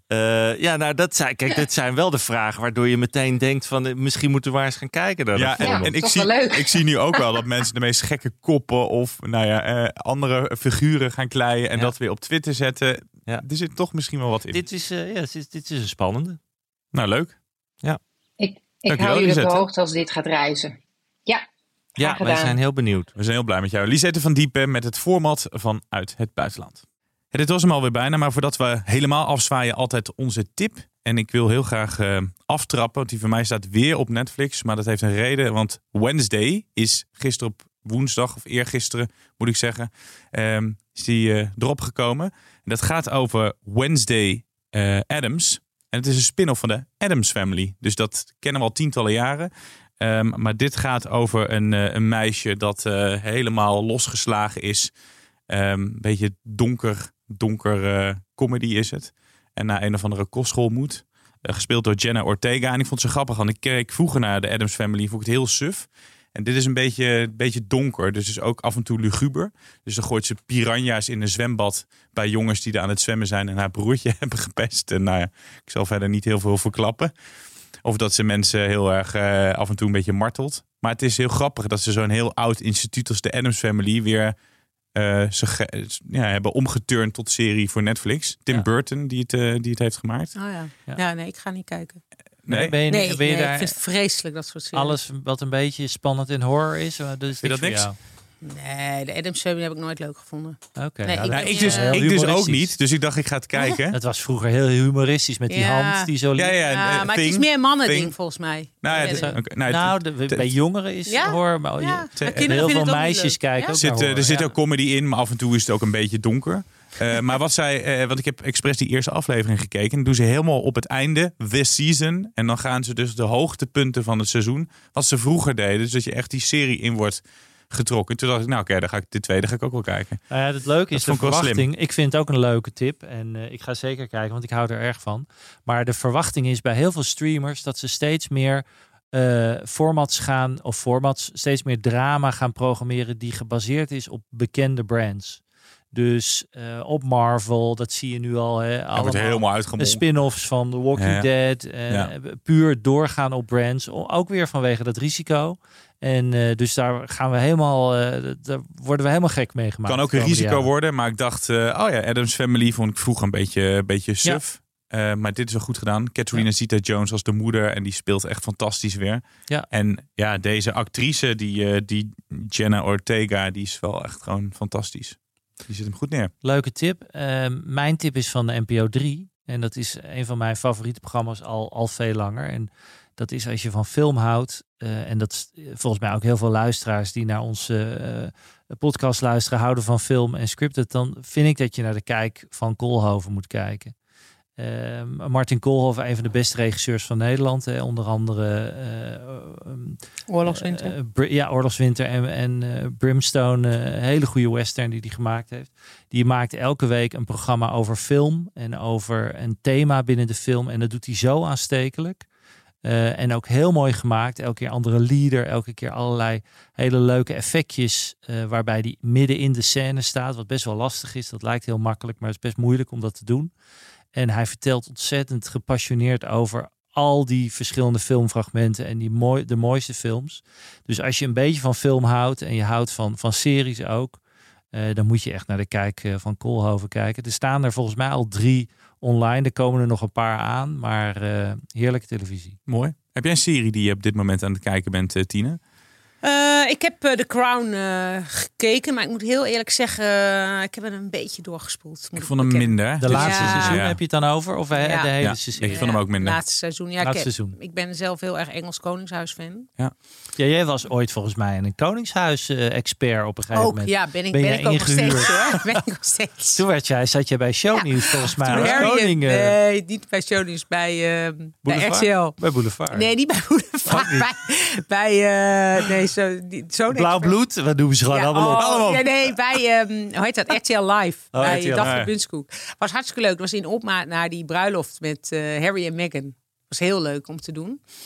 Uh, ja, nou, dat zijn, kijk, dat zijn wel de vragen waardoor je meteen denkt van uh, misschien moeten we maar eens gaan kijken naar ja, dat en, en ik, zie, ik zie nu ook wel dat mensen de meest gekke koppen of nou ja, uh, andere figuren gaan kleien en ja. dat weer op Twitter zetten. Ja. Er zit toch misschien wel wat in. Dit is, uh, ja, dit is, dit is een spannende. Nou, leuk. Ja. Ik, ik hou jullie op de hoogte als dit gaat reizen. Ja. Ja, wij zijn heel benieuwd. We zijn heel blij met jou. Lisette van Diepen met het format van Uit het Buitenland. Ja, dit was hem alweer bijna, maar voordat we helemaal afzwaaien, altijd onze tip. En ik wil heel graag uh, aftrappen, want die voor mij staat weer op Netflix. Maar dat heeft een reden, want Wednesday is gisteren op woensdag, of eergisteren moet ik zeggen, um, is die uh, erop gekomen. En dat gaat over Wednesday uh, Addams. En het is een spin-off van de Addams Family. Dus dat kennen we al tientallen jaren. Um, maar dit gaat over een, uh, een meisje dat uh, helemaal losgeslagen is. Een um, beetje donker, donker uh, comedy is het. En naar een of andere kostschool moet. Uh, gespeeld door Jenna Ortega. En ik vond het zo grappig, want ik keek vroeger naar de Addams Family. Vond ik het heel suf. En dit is een beetje, een beetje donker. Dus is ook af en toe luguber. Dus dan gooit ze piranha's in een zwembad bij jongens die er aan het zwemmen zijn en haar broertje hebben gepest. En nou ja, ik zal verder niet heel veel verklappen. Of dat ze mensen heel erg uh, af en toe een beetje martelt. Maar het is heel grappig dat ze zo'n heel oud instituut als de Addams Family weer uh, ze ge- ja, hebben omgeturnd tot serie voor Netflix. Tim ja. Burton die het, uh, die het heeft gemaakt. Oh ja. Ja. ja, nee, ik ga niet kijken. Nee, ben je, nee, ben je nee daar ik vind het vreselijk dat soort series. Alles wat een beetje spannend en horror is, dus vind je dat niks? Jou. Nee, de Addams Family heb ik nooit leuk gevonden. Oké. Okay, nee, nou, ik, nou, ik, dus, uh, ik dus ook niet. Dus ik dacht, ik ga het kijken. Het was vroeger heel humoristisch met die ja. hand die zo liep. Ja, ja, ja, uh, maar thing, het is meer een mannending thing. volgens mij. Nou, ja, het, ja, okay, nou, nou de, bij jongeren is ja? horror. Maar ja. je, ja. heel veel meisjes kijken ja? ook zit, horror, Er zit ja. ook comedy in, maar af en toe is het ook een beetje donker. Uh, maar wat zij, uh, want ik heb expres die eerste aflevering gekeken. En dan doen ze helemaal op het einde, this season. En dan gaan ze dus de hoogtepunten van het seizoen, wat ze vroeger deden. Dus dat je echt die serie in wordt getrokken. Toen dacht ik, nou oké, okay, dan ga ik de tweede ga ik ook wel kijken. Nou ja, het leuke is dat de verwachting. Ik vind het ook een leuke tip. En uh, ik ga zeker kijken, want ik hou er erg van. Maar de verwachting is bij heel veel streamers dat ze steeds meer uh, formats gaan, of formats, steeds meer drama gaan programmeren die gebaseerd is op bekende brands. Dus uh, op Marvel, dat zie je nu al. Hè, allemaal wordt helemaal uitgemolken. Spin-offs van The Walking ja. Dead. Uh, ja. Puur doorgaan op brands. Ook weer vanwege dat risico. En uh, dus daar gaan we helemaal, uh, daar worden we helemaal gek mee gemaakt. Kan ook een risico jaren. worden, maar ik dacht, uh, oh ja, Addams Family vond ik vroeger een beetje, een beetje suf. Ja. Uh, maar dit is wel goed gedaan. Catherine ja. Zeta-Jones als de moeder en die speelt echt fantastisch weer. Ja. En ja, deze actrice, die, uh, die Jenna Ortega, die is wel echt gewoon fantastisch. Die zit hem goed neer. Leuke tip. Uh, mijn tip is van de N P O drie. En dat is een van mijn favoriete programma's al, al veel langer. En dat is als je van film houdt. Uh, en dat is volgens mij ook heel veel luisteraars die naar onze uh, podcast luisteren, houden van film en scripted. Dan vind ik dat je naar de Kijk van Koolhoven moet kijken. Uh, Martin Koolhoven, een van de beste regisseurs van Nederland. Hè, onder andere uh, um, Oorlogswinter. Uh, Br- ja, Oorlogswinter en, en uh, Brimstone. Een uh, hele goede western die hij gemaakt heeft. Die maakt elke week een programma over film en over een thema binnen de film. En dat doet hij zo aanstekelijk. Uh, en ook heel mooi gemaakt. Elke keer andere leader. Elke keer allerlei hele leuke effectjes. Uh, waarbij die midden in de scène staat. Wat best wel lastig is. Dat lijkt heel makkelijk. Maar het is best moeilijk om dat te doen. En hij vertelt ontzettend gepassioneerd over al die verschillende filmfragmenten. En die mooi, de mooiste films. Dus als je een beetje van film houdt. En je houdt van, van series ook. Uh, dan moet je echt naar de Kijk uh, van Koolhoven kijken. Er staan er volgens mij al drie online. Er komen er nog een paar aan. Maar uh, heerlijke televisie. Mooi. Heb jij een serie die je op dit moment aan het kijken bent, uh, Tine? Uh, ik heb uh, The Crown uh, gekeken, maar ik moet heel eerlijk zeggen, uh, ik heb het een beetje doorgespoeld. Ik vond hem minder. De laatste ja. seizoen ja. heb je het dan over? Of ja. de hele ja. seizoen? Ik vond hem ook minder. Laatste seizoen. Ja, laatste ik, heb, seizoen. ik ben zelf heel erg Engels Koningshuis-fan. Ja. Ja, jij was ooit volgens mij een Koningshuis-expert op een gegeven ook, moment. Ja, ben ik, ben ben ik ook nog ingehuurd? steeds hoor. Ben ik nog steeds. Toen werd jij, zat je bij Shownieuws ja. volgens mij. Als Harry, koning, uh... Nee, niet bij Shownieuws, bij, uh, bij R T L. Bij Boulevard? Nee, niet bij Boulevard. Niet. Bij, bij uh, nee, zo, die, zo Blauw bloed, wat doen ze gewoon ja, allemaal op? Oh, allemaal. Nee, nee, bij, um, hoe heet dat? R T L Live. Oh, bij R T L, Daphne nee. Bunskoek. Was hartstikke leuk. Het was in opmaat naar die bruiloft met uh, Harry en Meghan. Was heel leuk om te doen.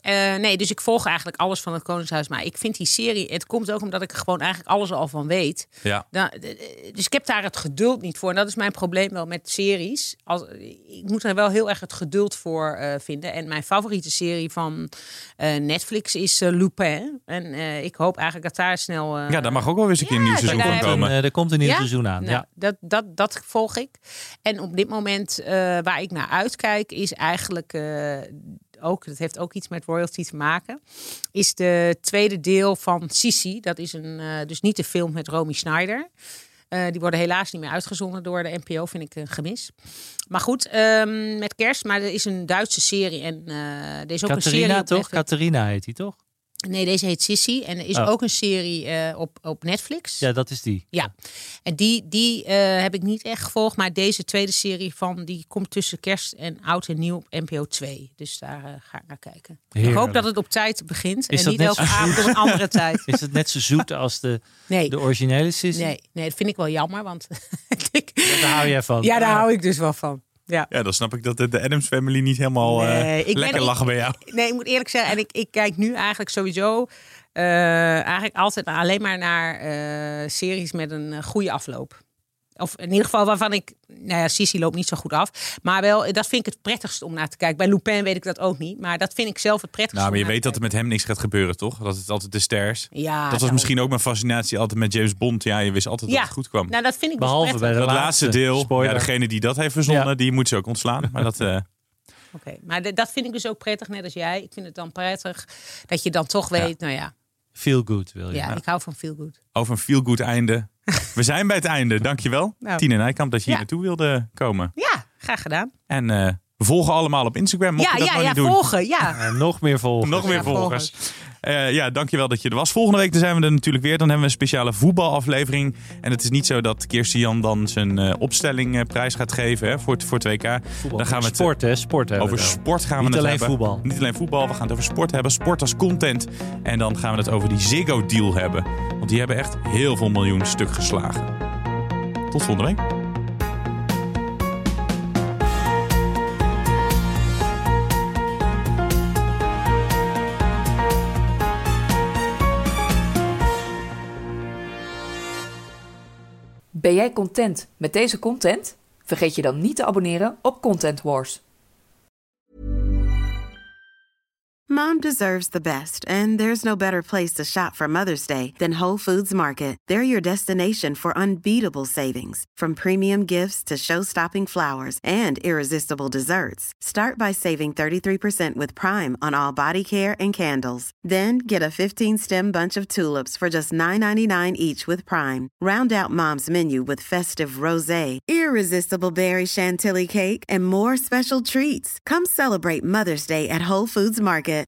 Uh, nee, dus ik volg eigenlijk alles van het Koningshuis. Maar ik vind die serie... Het komt ook omdat ik er gewoon eigenlijk alles al van weet. Ja. Dan, dus ik heb daar het geduld niet voor. En dat is mijn probleem wel met series. Als, ik moet er wel heel erg het geduld voor uh, vinden. En mijn favoriete serie van uh, Netflix is uh, Lupin. En uh, ik hoop eigenlijk dat daar snel... Uh, ja, daar mag ook wel eens een keer een nieuw seizoen van komen. Een, uh, er komt een nieuw ja? seizoen aan. Nou, ja. dat, dat, dat volg ik. En op dit moment uh, waar ik naar uitkijk is eigenlijk... Uh, Ook, dat heeft ook iets met royalty te maken. Is de tweede deel van Sisi. Dat is een, uh, dus niet de film met Romy Schneider. Uh, die worden helaas niet meer uitgezonden door de N P O. Vind ik een gemis. Maar goed, um, met kerst. Maar er is een Duitse serie. En uh, er is ook Catharina, een serie. toch? Catharina heet die toch? Nee, deze heet Sissy. En er is oh. ook een serie uh, op, op Netflix. Ja, dat is die. Ja, en die, die uh, heb ik niet echt gevolgd. Maar deze tweede serie van die komt tussen kerst en oud en nieuw op N P O twee. Dus daar uh, ga ik naar kijken. Heerlijk. Ik hoop dat het op tijd begint. Is en niet elke avond op een andere tijd. Is het net zo zoet als de, nee. de originele Sissy? Nee, nee, dat vind ik wel jammer. Want ik, ja, daar hou jij van. Ja, daar hou ik dus wel van. Ja. ja, dan snap ik dat de Addams Family niet helemaal nee, uh, lekker ben, lachen ik, bij jou. Nee, ik moet eerlijk zeggen. En ik, ik kijk nu eigenlijk sowieso uh, eigenlijk altijd alleen maar naar uh, series met een uh, goede afloop. Of in ieder geval waarvan ik... Nou ja, Sissy loopt niet zo goed af. Maar wel, dat vind ik het prettigst om naar te kijken. Bij Lupin weet ik dat ook niet. Maar dat vind ik zelf het prettigst. Nou, maar je weet dat er met hem niks gaat gebeuren, toch? Dat het altijd de sters. Ja, dat was nou, misschien ook mijn fascinatie altijd met James Bond. Ja, je wist altijd ja, dat het goed kwam. Nou, dat vind ik Behalve dus bij de dat laatste, laatste deel. Spoiler. Ja, degene die dat heeft verzonnen, ja. die moet ze ook ontslaan. Maar dat... Uh... Oké, okay, maar de, dat vind ik dus ook prettig, net als jij. Ik vind het dan prettig dat je dan toch weet, ja. nou ja... Feel good wil je. Ja, ja, ik hou van feel good. Over een feel good einde. We zijn bij het einde. Dankjewel, nou. Tine Nijkamp, dat je hier ja. naartoe wilde komen. Ja, graag gedaan. En uh, we volgen allemaal op Instagram. Mocht ja, je dat ja, nog ja, niet doen. volgen. Ja. Uh, nog meer volgers. Nog meer ja, volgers. Uh, ja, dankjewel dat je er was. Volgende week dan zijn we er natuurlijk weer. Dan hebben we een speciale voetbalaflevering. En het is niet zo dat Kirsten Jan dan zijn uh, opstelling uh, prijs gaat geven hè, voor, het, voor het W K. Voetbal. Dan gaan we het, sport, hè? Sport hebben over we sport gaan niet we het alleen hebben. Voetbal. Niet alleen voetbal. We gaan het over sport hebben. Sport als content. En dan gaan we het over die Ziggo deal hebben. Want die hebben echt heel veel miljoen stuk geslagen. Tot volgende week. Ben jij content met deze content? Vergeet je dan niet te abonneren op Content Wars. Mom deserves the best, and there's no better place to shop for Mother's Day than Whole Foods Market. They're your destination for unbeatable savings, from premium gifts to show-stopping flowers and irresistible desserts. Start by saving thirty-three percent with Prime on all body care and candles. Then get a fifteen-stem bunch of tulips for just nine ninety-nine each with Prime. Round out Mom's menu with festive rosé, irresistible berry chantilly cake, and more special treats. Come celebrate Mother's Day at Whole Foods Market.